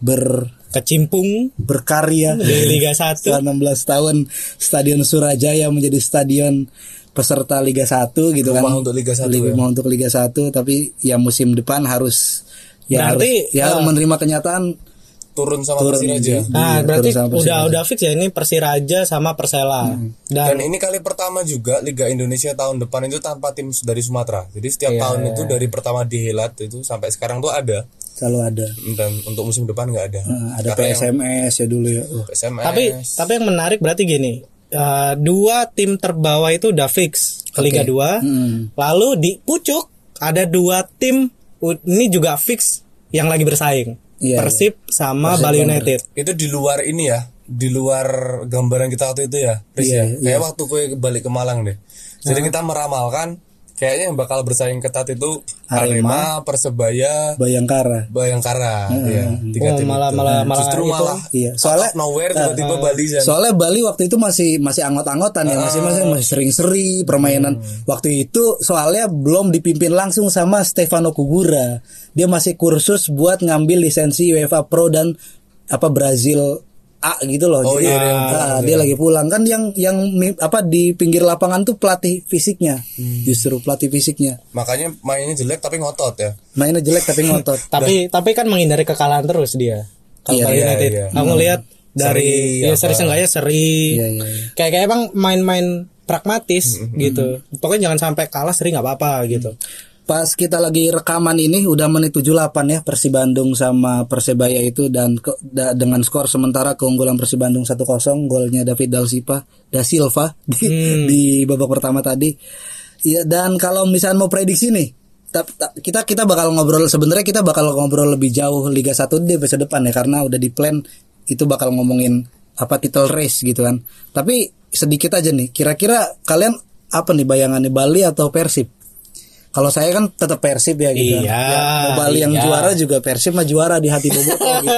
berkecimpung berkarya di Liga satu. Setelah enam belas tahun Stadion Surajaya menjadi stadion peserta Liga satu gitu rumah kan. Untuk Liga satu. Rumah ya? untuk Liga satu, tapi ya musim depan harus ya Berarti, harus ya uh, menerima kenyataan turun sama turun Persiraja. Di, nah, di, berarti sama udah udah fix ya ini Persiraja sama Persela. Hmm. Dan, Dan ini kali pertama juga Liga Indonesia tahun depan itu tanpa tim dari Sumatera. Jadi setiap yeah. tahun itu dari pertama dihelat itu sampai sekarang tuh ada. Selalu ada. Dan untuk musim depan nggak ada. Nah, ada P S M S yang, ya dulu ya. Uh. P S M S. Tapi tapi yang menarik berarti gini. Uh, dua tim terbawah itu udah fix ke okay. Liga dua. Hmm. Lalu di pucuk ada dua tim ini juga fix yang lagi bersaing. Iya, Persib iya. sama Persib Bali United. Itu di luar ini ya, di luar gambaran kita waktu itu ya, Riz iya, ya. Iya. Kayak waktu gue balik ke Malang deh. Jadi nah. kita meramalkan kayaknya yang bakal bersaing ketat itu Arema, Arema Persebaya, Bayangkara. Bayangkara, hmm. ya. Tiga oh, tim malah, itu. malah malah justru itu, malah iya. Soalnya nowhere tiba-tiba uh, Bali kan. Soalnya Bali waktu itu masih masih anggot-anggotan uh, ya, masih masih masih sering-seri permainan. Hmm. Waktu itu soalnya belum dipimpin langsung sama Stefano Kugura. Dia masih kursus buat ngambil lisensi UEFA Pro dan apa Brazil A gitu loh. Oh, jadi iya, iya, nah, iya. dia lagi pulang kan yang yang apa di pinggir lapangan tuh pelatih fisiknya. Hmm. Justru pelatih fisiknya. Makanya mainnya jelek tapi ngotot ya. Mainnya jelek tapi ngotot. tapi tapi kan menghindari kekalahan terus dia. Kalau iya, Bali iya, United. iya. Aku hmm. lihat dari seri, ya seri sengaja seri. Iya, iya, iya. Kayak kayak emang main-main pragmatis hmm. gitu. Pokoknya jangan sampai kalah seri enggak apa-apa gitu. Pas kita lagi rekaman ini udah menit tujuh puluh delapan ya Persib Bandung sama Persebaya itu dan ke, da, dengan skor sementara keunggulan Persib Bandung satu kosong, golnya David Dalsipa Da Silva di, hmm. di babak pertama tadi. Ya, dan kalau misalnya mau prediksi nih, ta, ta, kita kita bakal ngobrol sebenarnya kita bakal ngobrol lebih jauh Liga satu di episode depan ya karena udah di plan itu bakal ngomongin apa title race gitu kan. Tapi sedikit aja nih, kira-kira kalian apa nih bayangannya, Bali atau Persib? Kalau saya kan tetap Persib ya gitu. Iya, ya, mau Bali iya. yang juara juga Persib mah juara di hati Boboto gitu.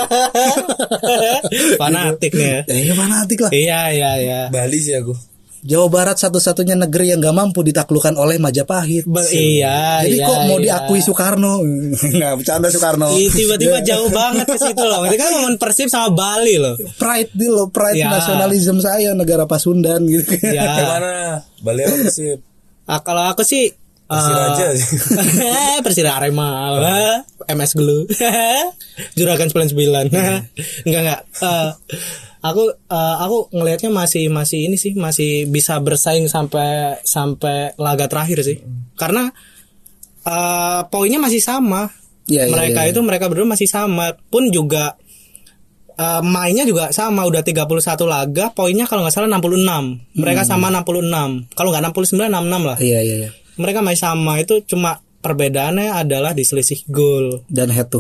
Fanatik nih ya. Iya fanatik lah. Iya iya iya. Bali sih aku. Jawa Barat satu-satunya negeri yang gak mampu ditaklukkan oleh Majapahit. Ba- iya. Jadi iya, kok mau iya. diakui Soekarno? Nggak bercanda Soekarno. Tiba-tiba jauh banget ke situ loh. Ini kan ngomongin Persib sama Bali loh. Pride dia loh, pride ya. nasionalisme saya negara Pasundan gitu. Ya. Gimana? Bali atau Persib? Ah, kalau aku sih Persiraja sih. Uh, Persiraja Arema, uh, M S Glue, Juragan sembilan puluh sembilan. Enggak enggak. Uh, aku uh, aku ngelihatnya masih masih ini sih masih bisa bersaing sampai sampai laga terakhir sih. Karena uh, poinnya masih sama. Ya, mereka ya, ya. itu mereka berdua masih sama. Pun juga uh, mainnya juga sama. Udah tiga puluh satu laga, poinnya kalau nggak salah enam puluh enam. Mereka hmm. sama enam puluh enam. Kalau nggak enam puluh sembilan, enam puluh enam lah. Iya iya iya. Mereka masih sama, itu cuma perbedaannya adalah di selisih gol dan head to head.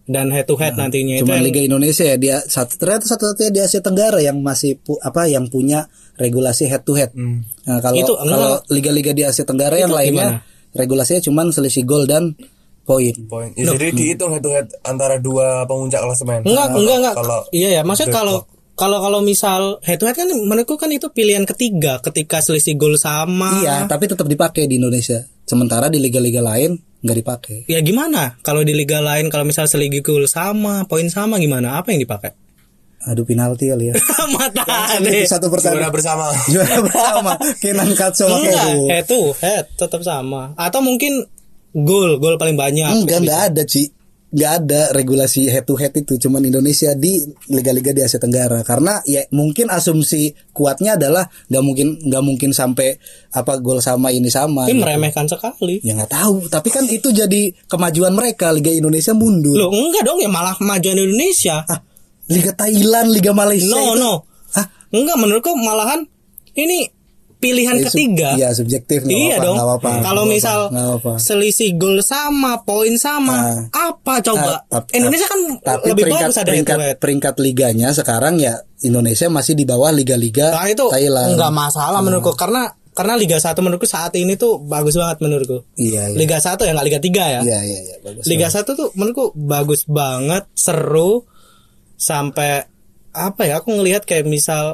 dan head to head Nah, nantinya itu Cuma yang- Liga Indonesia ya dia satu ternyata satu-satunya di Asia Tenggara yang masih pu, apa yang punya regulasi head to head. Nah, kalau Itu, enggak, kalau enggak. liga-liga di Asia Tenggara yang Itu lainnya regulasinya cuma selisih gol dan poin. Poin. Ya, jadi dihitung head to head antara dua pemuncak klasemen. Enggak, Nah, enggak, enggak. Kalau Iya ya, maksudnya kalau kalau kalau misal head to head kan menurutku kan itu pilihan ketiga ketika selisih gol sama. Iya, tapi tetap dipakai di Indonesia. Sementara di liga-liga lain nggak dipakai. Ya gimana? Kalau di liga lain kalau misal selisih gol sama, poin sama gimana? Apa yang dipakai? Aduh penalti kali ya. Mata Itu deh. satu juara pertandingan bersama. juara bersama Kenan Katso sama Enggak, Heru. head to head tetap sama. Atau mungkin gol, gol paling banyak. Enggak, enggak ada, Ci. Enggak ada regulasi head to head itu, cuman Indonesia di liga-liga di Asia Tenggara. Karena ya mungkin asumsi kuatnya adalah enggak mungkin enggak mungkin sampai apa gol sama ini sama. Tapi gitu. meremehkan sekali. Ya nggak tahu, tapi kan itu jadi kemajuan mereka. Liga Indonesia mundur. Loh, enggak dong ya malah kemajuan Indonesia. Ah, Liga Thailand, Liga Malaysia. No, itu, no. Ah, Enggak, menurutku malahan ini pilihan ya, sub- ketiga. Iya, subjektif nggak Iya apa-apa, dong. nggak apa-apa, Kalau nggak apa-apa, misal nggak apa-apa. selisih gol sama, poin sama, Ah. apa coba? Ah, tapi- Indonesia kan tapi lebih peringkat, bagus ada head to peringkat, head. peringkat liganya sekarang ya Indonesia masih di bawah liga-liga Nah, itu Thailand. enggak masalah menurutku karena karena Liga satu menurutku saat ini tuh bagus banget menurutku. Iya, iya. Liga satu ya enggak Liga tiga ya. Iya, iya, iya, bagus. Liga satu tuh menurutku bagus banget, seru sampai apa ya? Aku ngelihat kayak misal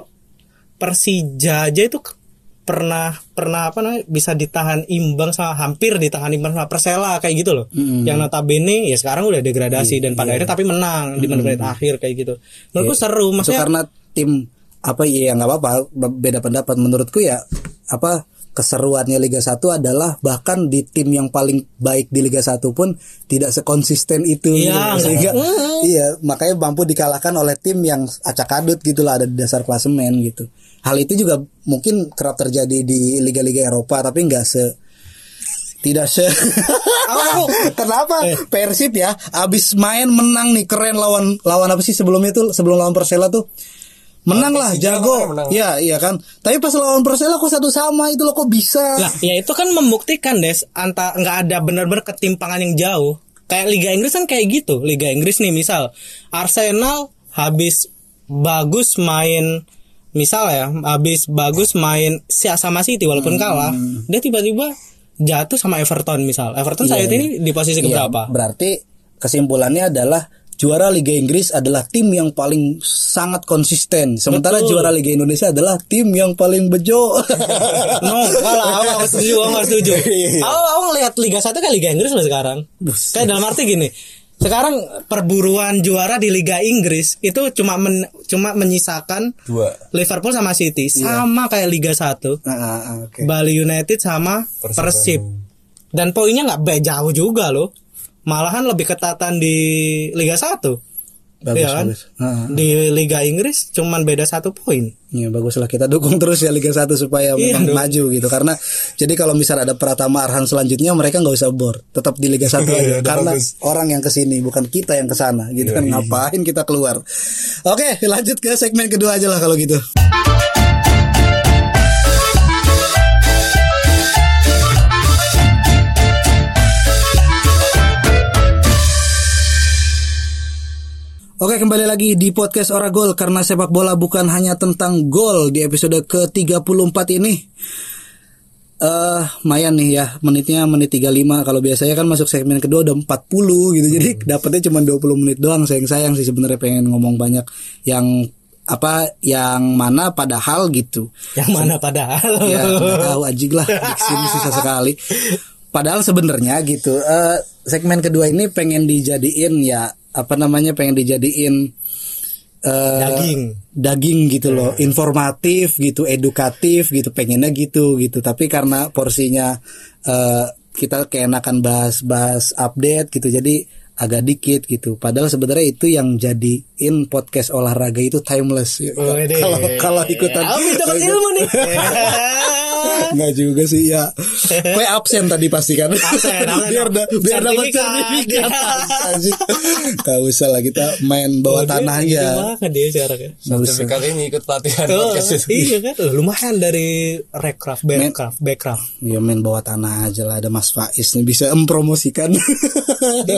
Persija aja itu pernah pernah apa namanya bisa ditahan imbang sama hampir ditahan imbang sama Persela kayak gitu loh. Mm. Yang notabene ya sekarang udah degradasi dan pada akhirnya tapi menang di menit-menit akhir kayak gitu. Menurutku seru Itu maksudnya. karena tim apa ya nggak apa-apa beda pendapat menurutku ya apa keseruannya Liga satu adalah bahkan di tim yang paling baik di Liga satu pun tidak sekonsisten itu Iya, gitu. enggak. Sehingga Mm. iya makanya mampu dikalahkan oleh tim yang acak-adut gitulah ada di dasar klasemen gitu. Hal itu juga mungkin kerap terjadi di liga-liga Eropa tapi enggak se tidak se Kenapa Persib ya abis main menang nih keren lawan lawan apa sih sebelumnya tuh sebelum lawan Persela tuh menang lah Persija jago menang. ya iya kan tapi pas lawan Persela kok satu sama itu loh kok bisa Lah, ya itu kan membuktikan Des anta nggak ada benar-benar ketimpangan yang jauh. Kayak Liga Inggris kan kayak gitu. Liga Inggris nih misal Arsenal habis bagus main misal ya, habis bagus main sama City walaupun kalah, dia tiba-tiba jatuh sama Everton misal. Everton saat ini di posisi Iya, keberapa? berarti kesimpulannya adalah juara Liga Inggris adalah tim yang paling sangat konsisten sementara Betul. juara Liga Indonesia adalah tim yang paling bejo. No, kalau aku nggak setuju, aku nggak setuju. Aku aku ngelihat Liga satu kayak Liga Inggris loh sekarang. Kayak dalam arti gini, sekarang perburuan juara di Liga Inggris itu cuma men, cuma menyisakan Dua. Liverpool sama City, sama kayak Liga satu. Nah, ah, ah, oke. Bali United sama Persib Persib. Bandung. Dan poinnya nggak be- jauh juga loh. Malahan lebih ketatan di Liga satu. Bagus, Iya kan? bagus. Ah, ah. Di Liga Inggris cuman beda satu poin. Ya baguslah kita dukung terus ya Liga satu supaya Iya memang dong. maju gitu karena jadi kalau misalnya ada Pratama Arhan selanjutnya mereka nggak usah bor tetap di Liga satu aja Iya, udah karena bagus. orang yang kesini bukan kita yang kesana gitu kan ngapain kita keluar. Oke lanjut ke segmen kedua aja lah kalau gitu. Oke kembali lagi di podcast Ora Gol karena sepak bola bukan hanya tentang gol di episode ke tiga puluh empat ini. Eh, mayan nih ya menitnya menit tiga puluh lima kalau biasanya kan masuk segmen kedua udah empat puluh gitu. Jadi dapetnya cuma dua puluh menit doang. Sayang-sayang sih sebenarnya pengen ngomong banyak yang apa yang mana padahal gitu. Yang mana padahal? Ya nggak tahu anjing lah diksi ini susah sekali. Padahal sebenarnya gitu eh, segmen kedua ini pengen dijadiin ya apa namanya pengen dijadiin eh, Daging. daging gitu loh informatif gitu edukatif gitu pengennya gitu gitu tapi karena porsinya eh, kita keenakan bahas-bahas update gitu jadi agak dikit gitu padahal sebenarnya itu yang jadiin podcast olahraga itu timeless gitu. Wede. kalau kalau ikutan Abi dapat kalau ilmu nih. Enggak juga sih ya. Kue absen tadi pasti kan. Absen, absen. biar da, biar dapat Sertifikat. sertifikat. Enggak usah lah kita main bawah tanah Gitu aja. banget dia sekarang ya. Nggak usah. Sertifikat ini ikut pelatihan Oh, podcast itu. iya kan, Loh, lumayan dari Recraft, Backcraft, Backcraft. Ya main bawah tanah aja lah ada Mas Faiz nih bisa mempromosikan. Gini banget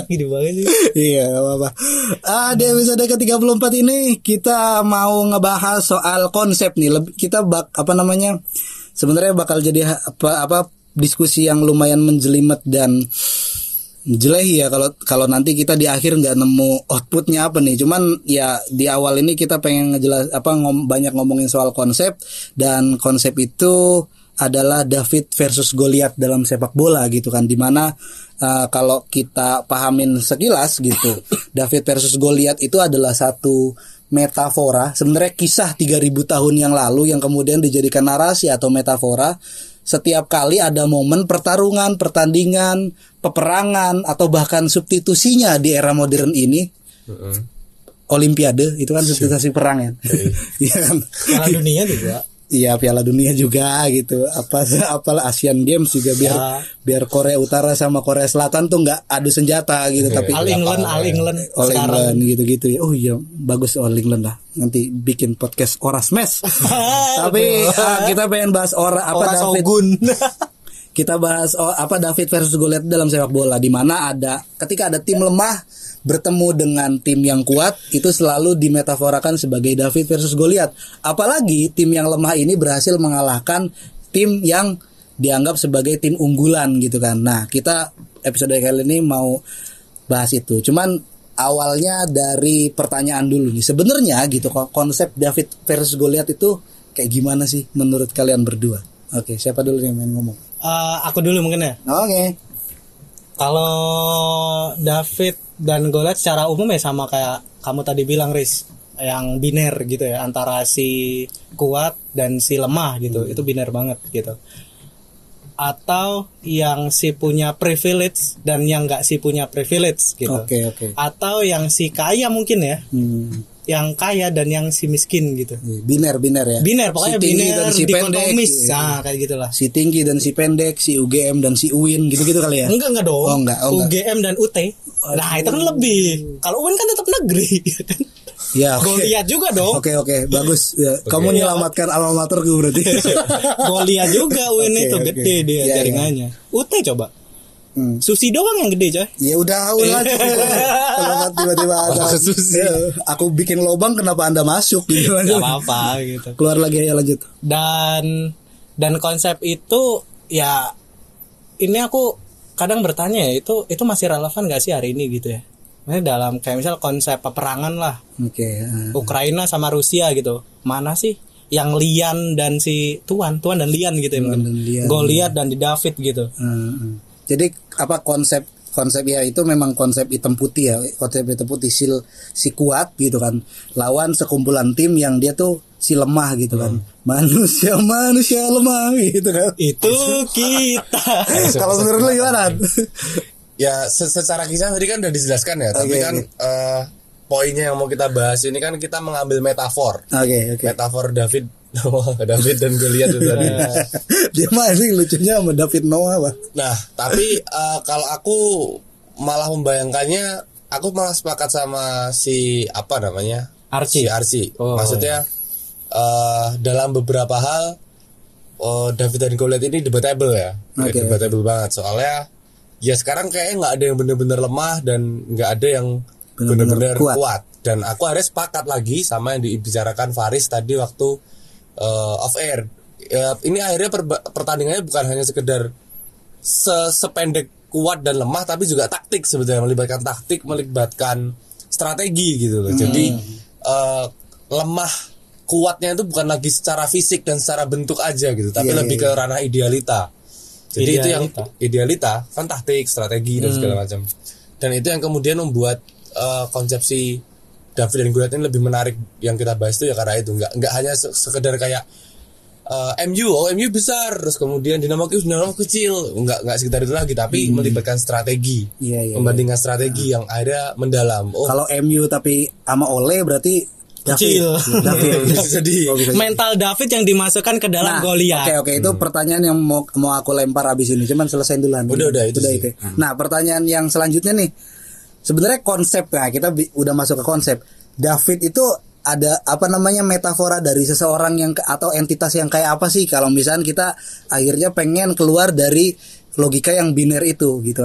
sih. Iya, gak apa-apa. Ah, di episode ke tiga puluh empat ini kita mau ngebahas soal konsep nih. Lebih kita bak apa namanya? Sebenarnya bakal jadi apa apa diskusi yang lumayan menjelimet dan jelek ya kalau kalau nanti kita di akhir nggak nemu outputnya apa nih. Cuman ya di awal ini kita pengen ngejelas apa ngom, banyak ngomongin soal konsep, dan konsep itu adalah David versus Goliath dalam sepak bola gitu kan, dimana uh, kalau kita pahamin sekilas gitu David versus Goliath itu adalah satu metafora, sebenarnya kisah tiga ribu tahun yang lalu yang kemudian dijadikan narasi atau metafora. Setiap kali ada momen pertarungan, pertandingan, peperangan atau bahkan substitusinya di era modern ini, uh-uh. Olimpiade itu kan substitusi perang ya, iya kan? Piala dunia juga. Iya, Piala Dunia juga gitu. Apa apalah Asian Games juga biar ya. biar Korea Utara sama Korea Selatan tuh nggak adu senjata gitu. Tapi All England, All England, All England gitu-gitu ya. Oh iya, bagus All England lah. Nanti bikin podcast Oras Mes. Tapi uh, kita pengen bahas ora apa Oras David. Ogun. Kita bahas oh, apa David versus Goliath dalam sepak bola, di mana ada ketika ada tim lemah bertemu dengan tim yang kuat, itu selalu dimetaforakan sebagai David versus Goliath. Apalagi tim yang lemah ini berhasil mengalahkan tim yang dianggap sebagai tim unggulan gitu kan. Nah, kita episode kali ini mau bahas itu. Cuman awalnya dari pertanyaan dulu nih. Sebenarnya gitu konsep David versus Goliath itu kayak gimana sih menurut kalian berdua? Oke, siapa dulu yang main ngomong? Uh, aku dulu mungkin ya. Oke. Okay. Kalau David dan Goliath secara umum ya sama kayak kamu tadi bilang, Riz, yang biner gitu ya, antara si kuat dan si lemah gitu. Hmm. Itu biner banget gitu. Atau yang si punya privilege dan yang enggak si punya privilege gitu. Oke, okay, oke. Okay. Atau yang si kaya mungkin ya. Hmm. Yang kaya dan yang si miskin gitu. Biner, biner ya. Biner, pokoknya si biner dan si dikotomis. Pendek, nah, kayak gitulah. Si tinggi dan si pendek, si U G M dan si U I N gitu-gitu kali ya. Enggak, enggak dong. Oh, enggak, oh, U G M dan U T. Nah, itu kan lebih. Kalau U I N kan tetap negeri. Ya, okay. Goliath juga dong. Oke, okay, oke, okay, bagus. Ya, okay. Kamu menyelamatkan alma materku berarti. Goliath juga U I N okay, itu okay. Gede dia ya, jaringannya. Ya. U T coba. Hmm. Susi doang yang gede coy. Ya udah ulah. Kalau tiba-tiba ada ya, aku bikin lubang kenapa Anda masuk gitu aja. Gak apa-apa gitu. Keluar lagi ya, lanjut. Dan dan konsep itu ya ini aku kadang bertanya ya, itu itu masih relevan gak sih hari ini gitu ya. Maksudnya dalam kayak misal konsep peperangan lah. Oke. Okay, uh. Ukraina sama Rusia gitu. Mana sih yang Lian dan si Tuan, Tuan dan Lian gitu ya mungkin. Goliath dan di David gitu. Uh, uh. Jadi apa konsep konsep ya itu memang konsep hitam putih ya, konsep hitam putih si, si kuat gitu kan lawan sekumpulan tim yang dia tuh si lemah gitu kan. Hmm. Manusia manusia lemah gitu kan. Itu kita. Kalau menurut lu gimana? Ya secara kisah tadi kan udah dijelaskan ya, okay, tapi kan okay. uh, poinnya yang mau kita bahas ini kan kita mengambil metafor. Oke, okay, oke. Okay. Metafor David Noah, David dan Goliath itu tadi. Dia mah ini lucunya sama David Noah, Pak. Nah, tapi uh, kalau aku malah membayangkannya, aku malah sepakat sama si apa namanya? Archie. Si Archie. Oh, Maksudnya uh, dalam beberapa hal oh, David dan Goliath ini debatable ya. Okay. Debatable banget soalnya ya sekarang kayaknya nggak ada yang benar-benar lemah dan nggak ada yang benar-benar kuat. kuat. Dan aku harus sepakat lagi sama yang dibicarakan Faris tadi waktu Uh, off air. Ya, ini akhirnya per- pertandingannya bukan hanya sekedar se- sependek kuat dan lemah, tapi juga taktik sebetulnya, melibatkan taktik, melibatkan strategi gitu loh. Hmm. Jadi uh, lemah kuatnya itu bukan lagi secara fisik dan secara bentuk aja gitu, tapi yeah, lebih yeah. ke ranah idealita. Jadi idealita. Itu yang idealita kan taktik, strategi hmm. dan segala macam. Dan itu yang kemudian membuat uh, konsepsi David dan Goliath ini lebih menarik yang kita bahas itu ya karena itu nggak nggak hanya sekedar kayak uh, M U oh M U besar terus kemudian Dinamo Kiev Dinamo kecil nggak nggak sekedar itu lagi tapi hmm. melibatkan strategi yeah, yeah, membandingkan yeah. strategi yeah. yang akhirnya mendalam. Oh. Kalau M U tapi sama Ole berarti kecil. David. Jadi oh, mental David yang dimasukkan ke dalam nah, Goliath. Oke okay, oke okay. Itu hmm. pertanyaan yang mau mau aku lempar abis ini. Cuman selesai dulu. Udah udah itu. Udah itu. Hmm. Nah pertanyaan yang selanjutnya nih. Sebenarnya konsep nah kita bi- udah masuk ke konsep. David itu ada apa namanya metafora dari seseorang yang atau entitas yang kayak apa sih kalau misalnya kita akhirnya pengen keluar dari logika yang biner itu gitu kan.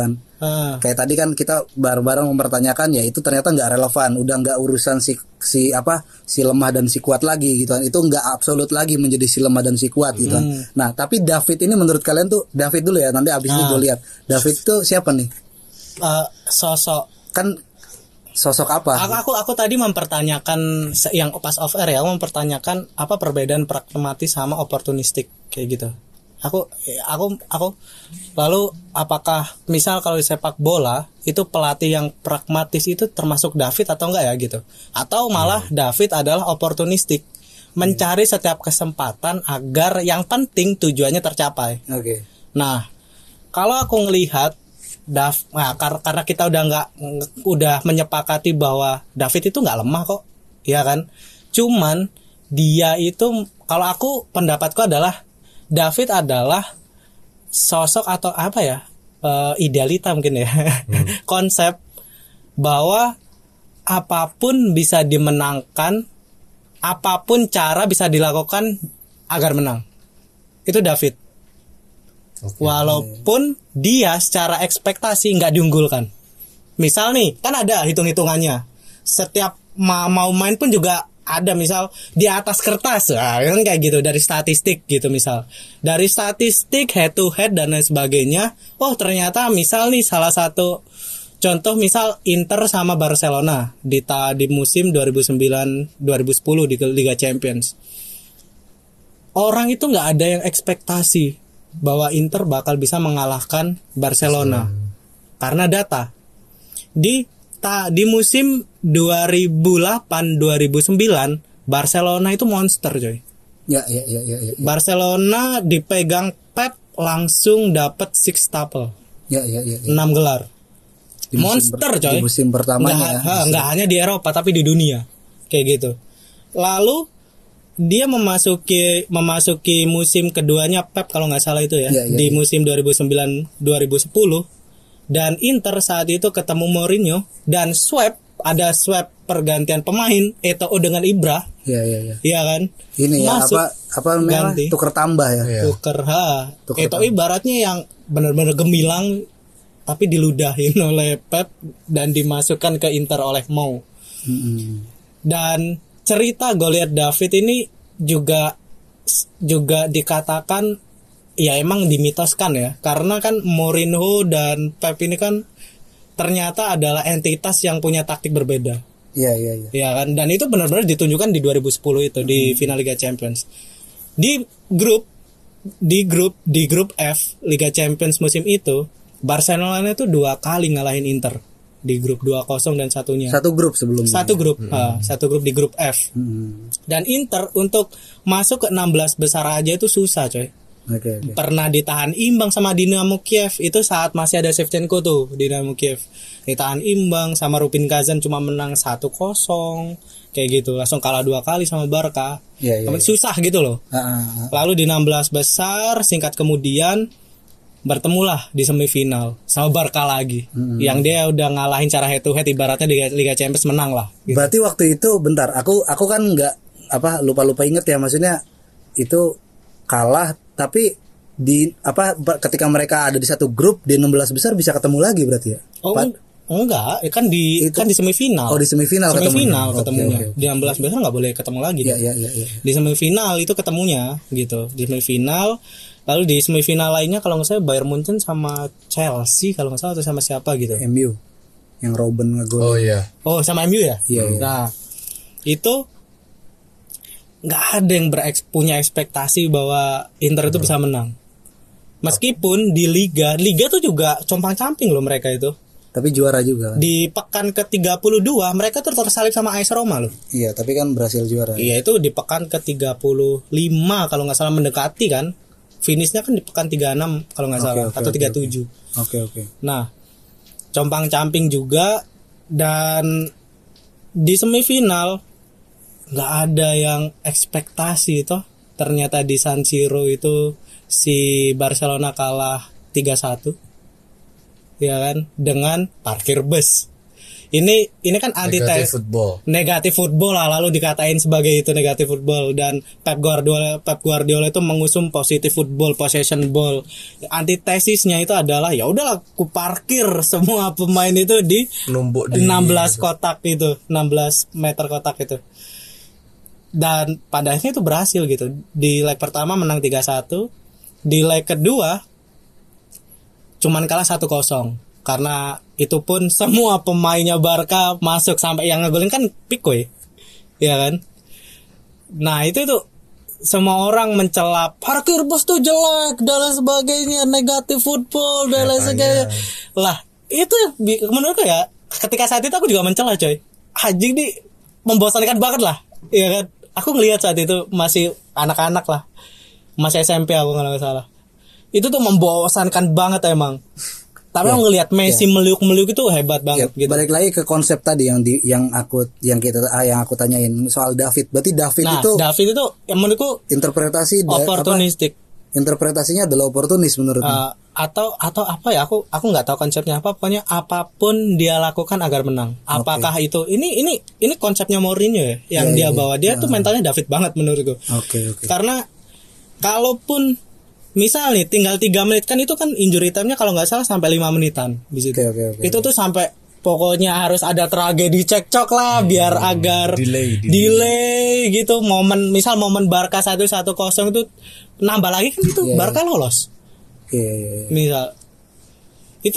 Ah. Kayak tadi kan kita bareng-bareng mempertanyakan, ya itu ternyata nggak relevan, udah nggak urusan si si apa si lemah dan si kuat lagi gitu kan. Itu nggak absolut lagi menjadi si lemah dan si kuat gitu kan. Hmm. Nah, tapi David ini menurut kalian tuh, David dulu ya, nanti abis itu Ah. gue lihat. David tuh siapa nih? Eh, sosok Kan sosok apa? aku, aku aku tadi mempertanyakan se- yang pas off air ya, aku mempertanyakan apa perbedaan pragmatis sama oportunistik kayak gitu. Aku aku aku lalu apakah misal kalau di sepak bola itu pelatih yang pragmatis itu termasuk David atau enggak ya gitu? Atau malah David adalah oportunistik, mencari setiap kesempatan agar yang penting tujuannya tercapai. Oke. Nah, kalau aku ngelihat Dav, nah, kar- karena kita udah nggak udah menyepakati bahwa David itu nggak lemah kok, ya kan? Cuman dia itu, kalau aku pendapatku adalah David adalah sosok atau apa ya, eh, idealita mungkin ya, konsep bahwa apapun bisa dimenangkan, apapun cara bisa dilakukan agar menang. Itu David. Walaupun dia secara ekspektasi nggak diunggulkan. Misal nih, kan ada hitung-hitungannya. Setiap ma- mau main pun juga ada, misal di atas kertas, nah, kan kayak gitu, dari statistik gitu misal. Dari statistik head to head dan lain sebagainya. Oh ternyata misal nih salah satu contoh, misal Inter sama Barcelona di ta- di musim dua ribu sembilan dua ribu sepuluh di Liga Champions. Orang itu nggak ada yang ekspektasi bahwa Inter bakal bisa mengalahkan Barcelona karena data. Di ta, di musim dua ribu delapan dua ribu sembilan Barcelona itu monster coy. Ya, ya, ya, ya, ya. Barcelona dipegang Pep langsung dapat sextuple, Ya, ya, ya, ya. enam gelar. Di musim Monster per- coy. Di musim pertamanya nggak, ya. ha, nggak hanya di Eropa tapi di dunia kayak gitu. Lalu dia memasuki memasuki musim keduanya Pep kalau nggak salah itu ya, Ya, ya, di ya. musim dua ribu sembilan dua ribu sepuluh, dan Inter saat itu ketemu Mourinho dan swap, ada swap pergantian pemain Eto'o dengan Ibra, Ya, ya, ya. iya kan? Ini ya Masuk, apa apa namanya? ganti. Tuker tambah ya. Iya. Tuker ha. Tuker Eto'o tambah. ibaratnya yang benar-benar gemilang tapi diludahin oleh Pep dan dimasukkan ke Inter oleh Mou. Mm-mm. Dan cerita Goliath David ini juga juga dikatakan ya emang dimitoskan ya, karena kan Mourinho dan Pep ini kan ternyata adalah entitas yang punya taktik berbeda. Iya, iya, iya. Ya kan, dan itu benar-benar ditunjukkan di dua ribu sepuluh itu di final Liga Champions. Di grup di grup di grup F Liga Champions musim itu Barcelona itu dua kali ngalahin Inter di grup dua kosong dan satunya. Satu grup sebelumnya. Satu grup, ah, satu grup di grup F. Hmm. Dan Inter untuk masuk ke enam belas besar aja itu susah, coy. Oke, oke. Pernah ditahan imbang sama Dinamo Kiev itu saat masih ada Shevchenko tuh, Dinamo Kiev. Ditahan imbang sama Rubin Kazan cuma menang satu kosong kayak gitu. Langsung kalah dua kali sama Barca. Iya, iya, iya. Susah gitu loh. Ah, ah, ah. Lalu di enam belas besar singkat kemudian bertemulah di semifinal sama Barca lagi. Hmm. Yang dia udah ngalahin cara head to head, ibaratnya di Liga Champions menang lah gitu. Berarti waktu itu bentar, aku aku kan nggak apa lupa-lupa inget ya, maksudnya itu kalah tapi di apa ketika mereka ada di satu grup di enam belas besar bisa ketemu lagi berarti ya? Oh, Pat- enggak, kan di Itu- kan di semifinal. Oh, di semifinal Semifinal ketemunya. ketemunya. Oke, oke, oke. Di enam belas besar nggak boleh ketemu lagi. Iya, dong. iya, iya, iya. Di semifinal itu ketemunya gitu. Di semifinal, lalu di semifinal lainnya kalau nggak salah Bayern Munchen sama Chelsea kalau nggak salah, atau sama siapa gitu. M U yang Robben ngegol. Oh iya. Oh, sama M U ya? Iya, iya. Nah, itu nggak ada yang bereks- punya ekspektasi bahwa Inter itu bisa menang. Meskipun di liga, liga tuh juga compang-camping loh mereka itu. Tapi juara juga. Di pekan ke tiga puluh dua mereka tuh tersalip sama A S Roma loh. Iya, tapi kan berhasil juara. Iya, itu di pekan ke tiga puluh lima kalau nggak salah, mendekati kan. Finishnya kan di pekan tiga puluh enam kalau nggak Oke, salah, oke, atau oke, tiga puluh tujuh. Oke, oke. Nah, compang-camping juga, dan di semifinal nggak ada yang ekspektasi toh. Ternyata di San Siro itu si Barcelona kalah tiga satu. Ya kan, dengan parkir bus. Ini ini kan anti Negatif tes football. negatif football lah, lalu dikatain sebagai itu negatif football, dan Pep Guardiola Pep Guardiola itu mengusung positif football, possession ball. Antitesisnya itu adalah ya udahlah, ku parkir semua pemain itu di Numpuk di enam belas kotak itu, enam belas meter kotak itu. Dan pada akhirnya itu berhasil gitu. Di leg pertama menang tiga satu, di leg kedua cuman kalah satu kosong. Karena itu pun semua pemainnya Barca masuk, sampai yang ngegolin kan Pico ya. Iya kan? Nah, itu tuh semua orang mencela parkir bus tuh jelek dan lain sebagainya, negatif football dan lain sebagainya. Lah, itu menurutku ya, ketika saat itu aku juga mencela coy. Anjing nih membosankan banget lah. Iya kan? Aku ngelihat saat itu masih anak-anak lah. Masih S M P aku kalau nggak salah. Itu tuh membosankan banget emang. Tapi ya, ngelihat Messi ya. meliuk-meliuk itu hebat banget ya, gitu. Balik lagi ke konsep tadi yang di yang aku yang kita yang aku tanyain soal David. Berarti David nah, itu David itu yang menurutku interpretasi opportunistic. Apa, interpretasinya adalah oportunis menurutmu. Uh, atau atau apa ya? Aku aku nggak tahu konsepnya apa. Pokoknya apapun dia lakukan agar menang. Apakah okay. itu ini ini ini konsepnya Mourinho ya yang ya, dia ya, bawa. Dia ya. tuh mentalnya David banget menurutku. Oke okay, oke. Okay. Karena kalaupun misal nih tinggal tiga menit, kan itu kan injury time-nya kalau nggak salah sampai lima menitan di situ. Okay, okay, okay. Itu tuh sampai pokoknya harus ada tragedi cekcok lah hmm, biar agar delay, delay. delay gitu. Momen misal momen Barca satu satu kosong itu nambah lagi kan itu yeah, Barca yeah. lolos. Yeah, yeah, yeah. Misal itu,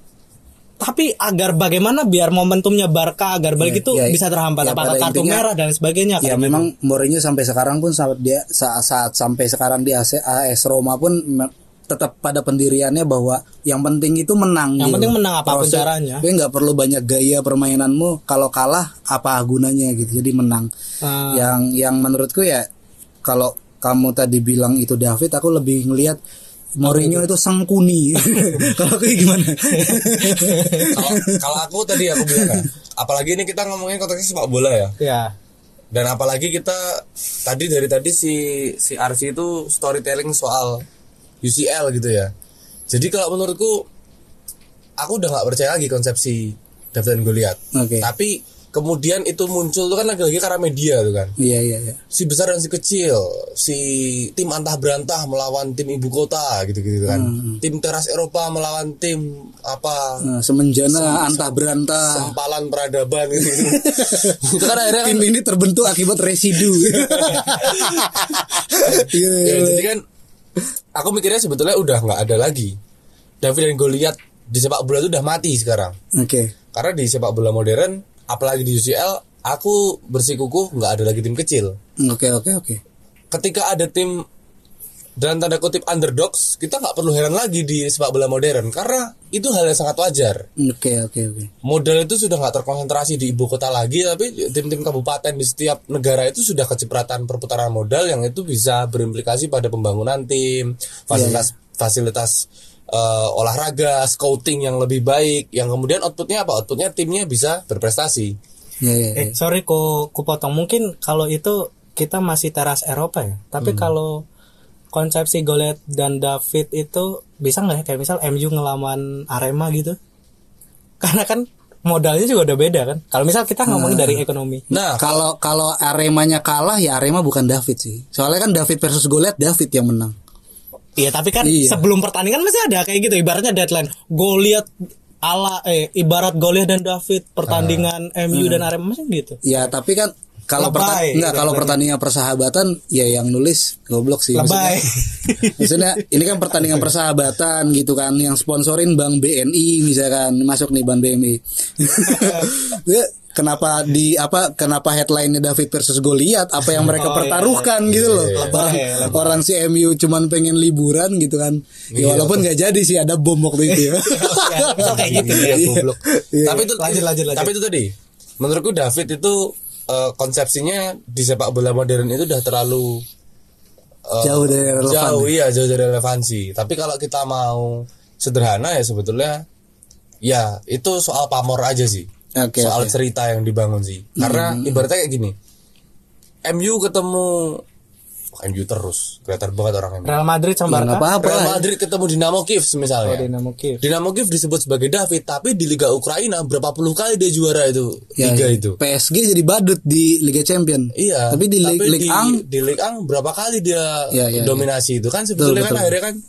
tapi agar bagaimana biar momentumnya Barca agar balik ya, itu ya, bisa terhambat, ya, apakah kartu intinya, merah dan sebagainya. Ya memang gitu. Mourinho sampai sekarang pun saat dia saat, saat sampai sekarang di A S Roma pun tetap pada pendiriannya bahwa yang penting itu menang. Yang gitu. penting menang apapun Proses, caranya. Tapi nggak perlu banyak gaya permainanmu, kalau kalah apa gunanya gitu. Jadi menang. Hmm. Yang yang menurutku ya, kalau kamu tadi bilang itu David, aku lebih ngelihat Mourinho itu sang kuni. Kalau kayak gimana? Kalau kalau aku tadi aku bilang kan, apalagi ini kita ngomongin konteksnya sepak bola ya. Iya. Dan apalagi kita tadi dari tadi si si Arsi itu storytelling soal U C L gitu ya. Jadi kalau menurutku aku udah nggak percaya lagi konsepsi David dan Goliath. Okay. Tapi kemudian itu muncul tuh kan lagi-lagi karena media tuh kan. Iya iya iya. Si besar dan si kecil, si tim antah berantah melawan tim ibu kota gitu-gitu kan. Hmm. Tim teras Eropa melawan tim apa? Nah, semenjana sem- antah berantah. Sempalan peradaban gitu. Itu kan akhirnya tim ini terbentuk akibat residu. ya, jadi kan aku mikirnya sebetulnya udah nggak ada lagi. David dan Goliath di sepak bola itu udah mati sekarang. Oke. Okay. Karena di sepak bola modern, apalagi di U C L, aku bersikukuh nggak ada lagi tim kecil. Oke oke oke. Ketika ada tim dalam tanda kutip underdogs, kita nggak perlu heran lagi di sepak bola modern karena itu hal yang sangat wajar. Oke oke oke. Modal itu sudah nggak terkonsentrasi di ibu kota lagi, tapi tim-tim kabupaten di setiap negara itu sudah kecipratan perputaran modal yang itu bisa berimplikasi pada pembangunan tim, fasilitas yeah, yeah. fasilitas Uh, olahraga, scouting yang lebih baik, yang kemudian outputnya apa? Outputnya timnya bisa berprestasi. Ya, ya, ya. Eh sorry ku, ku potong. Mungkin kalau itu kita masih teras Eropa ya. Tapi hmm. kalau konsepsi Goliath dan David itu bisa nggak ya? Kayak misal M U ngelawan Arema gitu. Karena kan modalnya juga udah beda kan. Kalau misal kita ngomongin nah, dari ekonomi. Nah kalau kalau Aremanya kalah ya Arema bukan David sih. Soalnya kan David versus Goliath, David yang menang. Iya tapi kan iya. sebelum pertandingan masih ada kayak gitu, ibaratnya deadline Goliath ala eh ibarat Goliath dan David pertandingan uh, M U uh, dan Arema masih gitu. Ya tapi kan kalau perta- enggak kalau pertandingan persahabatan ya yang nulis goblok sih. Lebay. Maksudnya, maksudnya ini kan pertandingan persahabatan gitu kan, yang sponsorin Bank B N I misalkan, masuk nih Bank B N I. Kenapa di apa kenapa headline-nya David versus Goliath, apa yang mereka oh, pertaruhkan iya, gitu loh. Iya, iya. Orang, iya, iya. orang si M U cuman pengen liburan gitu kan. Ya iya, walaupun enggak jadi sih, ada bom waktu itu ya. ya kayak gitu ya goblok. Iya. Tapi itu lanjut, lanjut, lanjut. Tapi itu tadi menurutku David itu uh, konsepsinya di sepak bola modern itu udah terlalu uh, jauh dari relevan. Jauh iya, jauh dari relevansi. Tapi kalau kita mau sederhana ya sebetulnya ya itu soal pamor aja sih. Okay, soal okay. cerita yang dibangun sih. Karena hmm. ibaratnya kayak gini, M U ketemu M U terus, kelihatan banget orang M U. Real Madrid sama Ya, nggak Barca. apa-apa. Real Madrid ketemu Dinamo Kiev misalnya. Oh, Dinamo Kiev. Dinamo Kiev disebut sebagai David, tapi di Liga Ukraina berapa puluh kali dia juara itu Ya, liga ya. itu. P S G jadi badut di Liga Champion. Iya. Tapi di tapi Ligue di, one di Ligue one berapa kali dia Ya, ya, dominasi itu kan sebetulnya Betul, kan betul. akhirnya kan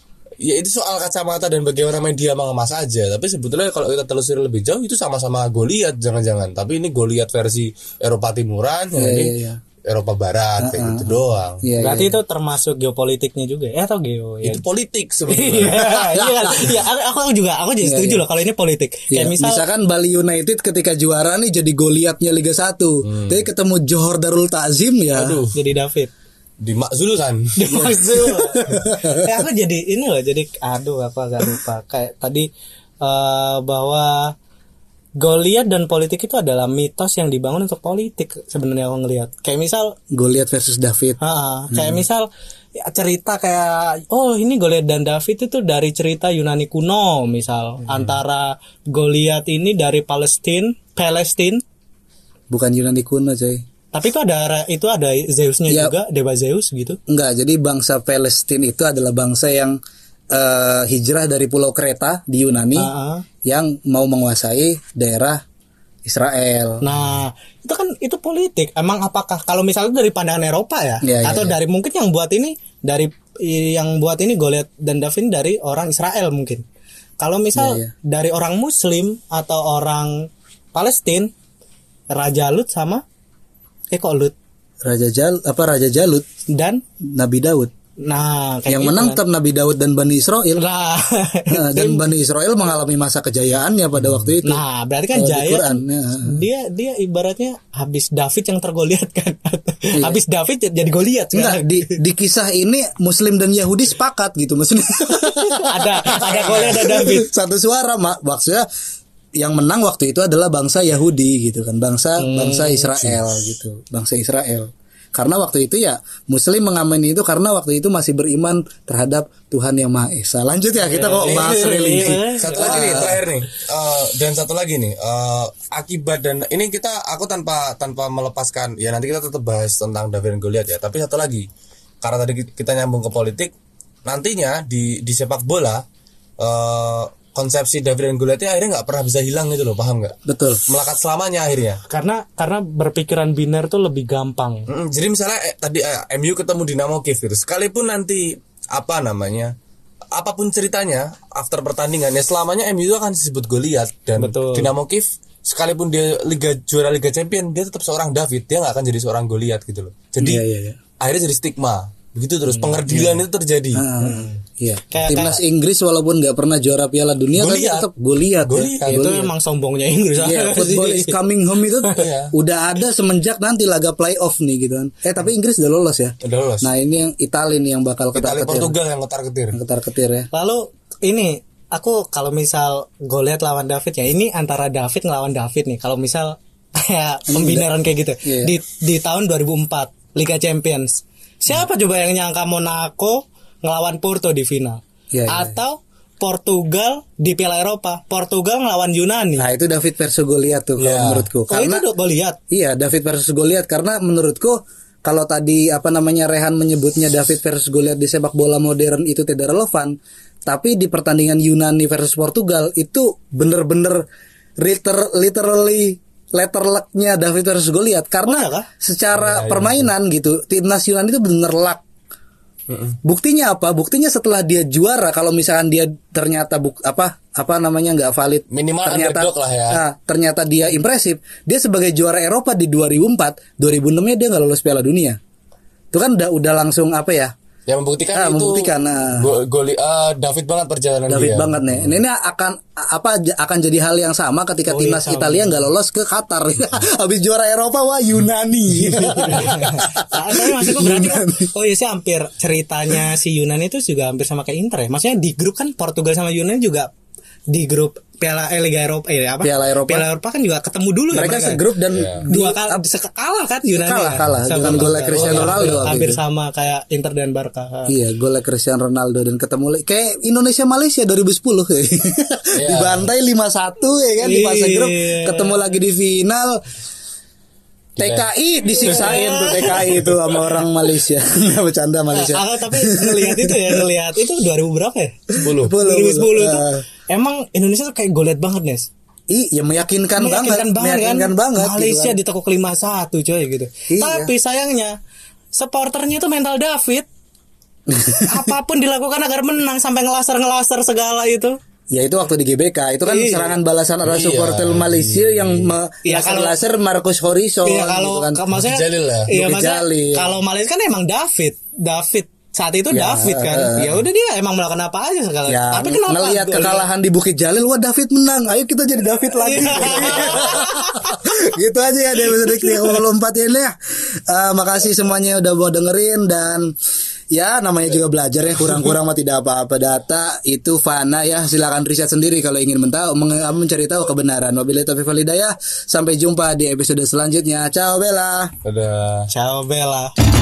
ya itu soal kacamata dan bagaimana media mengemas aja. Tapi sebetulnya kalau kita telusuri lebih jauh itu sama-sama Goliat jangan-jangan. Tapi ini Goliat versi Eropa Timuran, yang Iya, ini iya, iya. Eropa Barat kayak gitu doang. Iya, Berarti iya. itu termasuk geopolitiknya juga ya atau geo ya? Itu politik Iya, sebenarnya. iya kan? Iya, aku aku juga aku juga setuju loh kalau ini politik. Ya, Kayak misal misalkan Bali United ketika juara nih jadi Goliatnya Liga satu. Tapi ketemu Johor Darul Takzim ya. Aduh, jadi David. dimakzulkan. Maksud. Eh aku jadi ini loh, jadi aduh aku agak lupa. Kayak tadi eh, bahwa Goliat dan politik itu adalah mitos yang dibangun untuk politik sebenarnya aku ngelihat. Kayak misal Goliat versus David. Ha, kayak misal ya, cerita kayak oh ini Goliat dan David itu dari cerita Yunani kuno misal antara Goliat ini dari Palestina, Palestina. Bukan Yunani kuno, coy. Tapi itu ada itu ada Zeusnya Ya. juga, dewa Zeus gitu. Enggak, jadi bangsa Palestina itu adalah bangsa yang eh, hijrah dari Pulau Kreta di Yunani Ah, ah. yang mau menguasai daerah Israel. Nah, itu kan itu politik. Emang apakah kalau misalnya dari pandangan Eropa ya, Ya, ya, atau ya. dari mungkin yang buat ini dari yang buat ini Goliat dan David dari orang Israel mungkin. Kalau misal Ya, ya. dari orang Muslim atau orang Palestina, Raja Lut sama eh kok Lut Raja Jal apa Raja Jalut, dan Nabi Daud. nah kayak Yang gitu menang kan. tetap Nabi Daud dan Bani Israel. Nah, Nah, dan Bani Israel mengalami masa kejayaannya pada waktu itu. nah berarti kan Kalau di Jaya Quran, ya. dia dia ibaratnya habis David yang tergoliat kan. Habis David jadi Goliat Enggak, sekarang. di di kisah ini Muslim dan Yahudi sepakat gitu maksudnya. ada ada Goliat dan David. Satu suara, mak maksudnya yang menang waktu itu adalah bangsa Yahudi gitu kan, bangsa Hmm, bangsa Israel gitu, bangsa Israel. Karena waktu itu ya Muslim mengamini itu karena waktu itu masih beriman terhadap Tuhan yang Maha Esa. Lanjut ya kita kok bahas religi. Satu lagi nih terakhir nih Eh, dan satu lagi nih eh, akibat dan ini kita aku tanpa tanpa melepaskan ya nanti kita tetap bahas tentang David dan Goliat ya, tapi satu lagi karena tadi kita nyambung ke politik, nantinya di di sepak bola eh, konsepsi David dan Goliat ini akhirnya nggak pernah bisa hilang gitu loh, paham nggak? Betul. Melekat selamanya akhirnya. Karena karena berpikiran biner tuh lebih gampang. Mm, jadi misalnya eh, tadi eh, M U ketemu Dinamo Kiev gitu, sekalipun nanti apa namanya apapun ceritanya after pertandingan ya selamanya M U itu akan disebut Goliat dan Betul. Dinamo Kiev sekalipun dia liga juara Liga Champion dia tetap seorang David, dia nggak akan jadi seorang Goliat gitu loh. Jadi Iya, iya, iya. akhirnya jadi stigma begitu terus pengerdilan itu terjadi. Ah, iya. Kayak- Timnas Inggris walaupun nggak pernah juara Piala Dunia tapi Goliat. tetap Goliat. Goliat. Ya. itu Goliat. emang sombongnya Inggris. Iya, football is coming home itu Iya. udah ada semenjak nanti laga playoff nih gitu kan. Eh tapi Inggris udah lolos ya. Udah lolos. Nah ini yang Italia nih yang bakal Italia ketar-ketir. Portugal yang ketar-ketir. Ketar-ketir ya. Lalu ini aku kalau misal Goliat lawan David ya ini antara David ngelawan David nih. Kalau misal kayak pembinaran kayak gitu Iya. di di tahun dua ribu empat Liga Champions. Siapa coba yang nyangka Monaco ngelawan Porto di final? Iya, iya, Atau Portugal di Piala Eropa, Portugal ngelawan Yunani. Nah itu David versus Goliat tuh kalau Iya. menurutku. Oh, Karena itu Goliat. iya David versus Goliat karena menurutku kalau tadi apa namanya Rehan menyebutnya David versus Goliat di sepak bola modern itu tidak relevan, tapi di pertandingan Yunani versus Portugal itu bener-bener liter, literally letter luck-nya David versus Goliat karena Oh, kah? secara permainan gitu timnas Yunani itu bener luck. Buktinya apa? Buktinya setelah dia juara, kalau misalkan dia ternyata buk, apa apa namanya nggak valid, Minimal ternyata underdog lah ya. nah, ternyata dia impresif. Dia sebagai juara Eropa di dua ribu empat, dua ribu enam-nya dia nggak lolos Piala Dunia. Itu kan udah udah langsung apa ya? Yang membuktikan Ah, itu membuktikan, nah. go- goli eh, David banget perjalanan David dia. banget nih. Ini, ini akan apa akan jadi hal yang sama ketika Oh, timnas iya, sama. Italia nggak lolos ke Qatar. Habis juara Eropa wah Yunani. Nah, tapi maksudku berarti kan, oh iya sih hampir ceritanya si Yunani itu juga hampir sama kayak Inter ya. Maksudnya di grup kan Portugal sama Yunani juga di grup Piala eh, Liga Eropa eh apa? Piala Eropa. Piala Eropa kan juga ketemu dulu ya Mereka segrup dan Iya. di- dua kali bisa kalah kan Yunani. Kalah, ya? kalah. Sama Dengan Portugal. golnya Cristiano Oh, Ronaldo hampir, waktu hampir itu. sama kayak Inter dan Barca. Iya, golnya Cristiano Ronaldo dan ketemu lagi kayak Indonesia Malaysia dua ribu sepuluh dibantai lima satu ya kan di fase grup, Iya. ketemu lagi di final. T K I disiksain tuh T K I itu sama orang Malaysia. Nggak bercanda Malaysia. Ah, tapi ngelihat itu ya, ngelihat itu dua ribu berapa ya? sepuluh dua ribu sepuluh itu. Uh, Emang Indonesia tuh kayak golet banget, Nes. Iya, meyakinkan, Meyakinkan banget, banget, meyakinkan kan? banget. Malaysia gitu kan. ditekuk lima satu coy gitu. Iya. Tapi sayangnya supporternya itu mental David. Apapun dilakukan agar menang sampai ngelaser-ngelaser segala itu. Ya itu waktu di G B K itu kan Iya. serangan balasan arah Iya. supporter Malaysia yang me- Iya, kalau- laser Marcus Horizon Iya kalau gitu kan. ke- maksudnya Jalil lah. Iya Bukit maksudnya Jalil. kalau Malaysia kan emang David, David saat itu Ya, David kan. uh, Ya udah dia emang melakukan apa aja segala. Ya, Tapi kenapa ngelihat golnya- kekalahan di Bukit Jalil, wah David menang. Ayo kita jadi David lagi. Gitu aja ya di episode tiga puluh empat ini ya. Eh, makasih semuanya udah mau dengerin dan ya namanya juga belajar ya, kurang-kurang mah tidak apa-apa. Data itu fana ya, silakan riset sendiri kalau ingin mentahu, meng- mencari tahu kebenaran. Wabillahi taufiq wal hidayah. Sampai jumpa di episode selanjutnya. Ciao Bella. Dadah. Ciao Bella.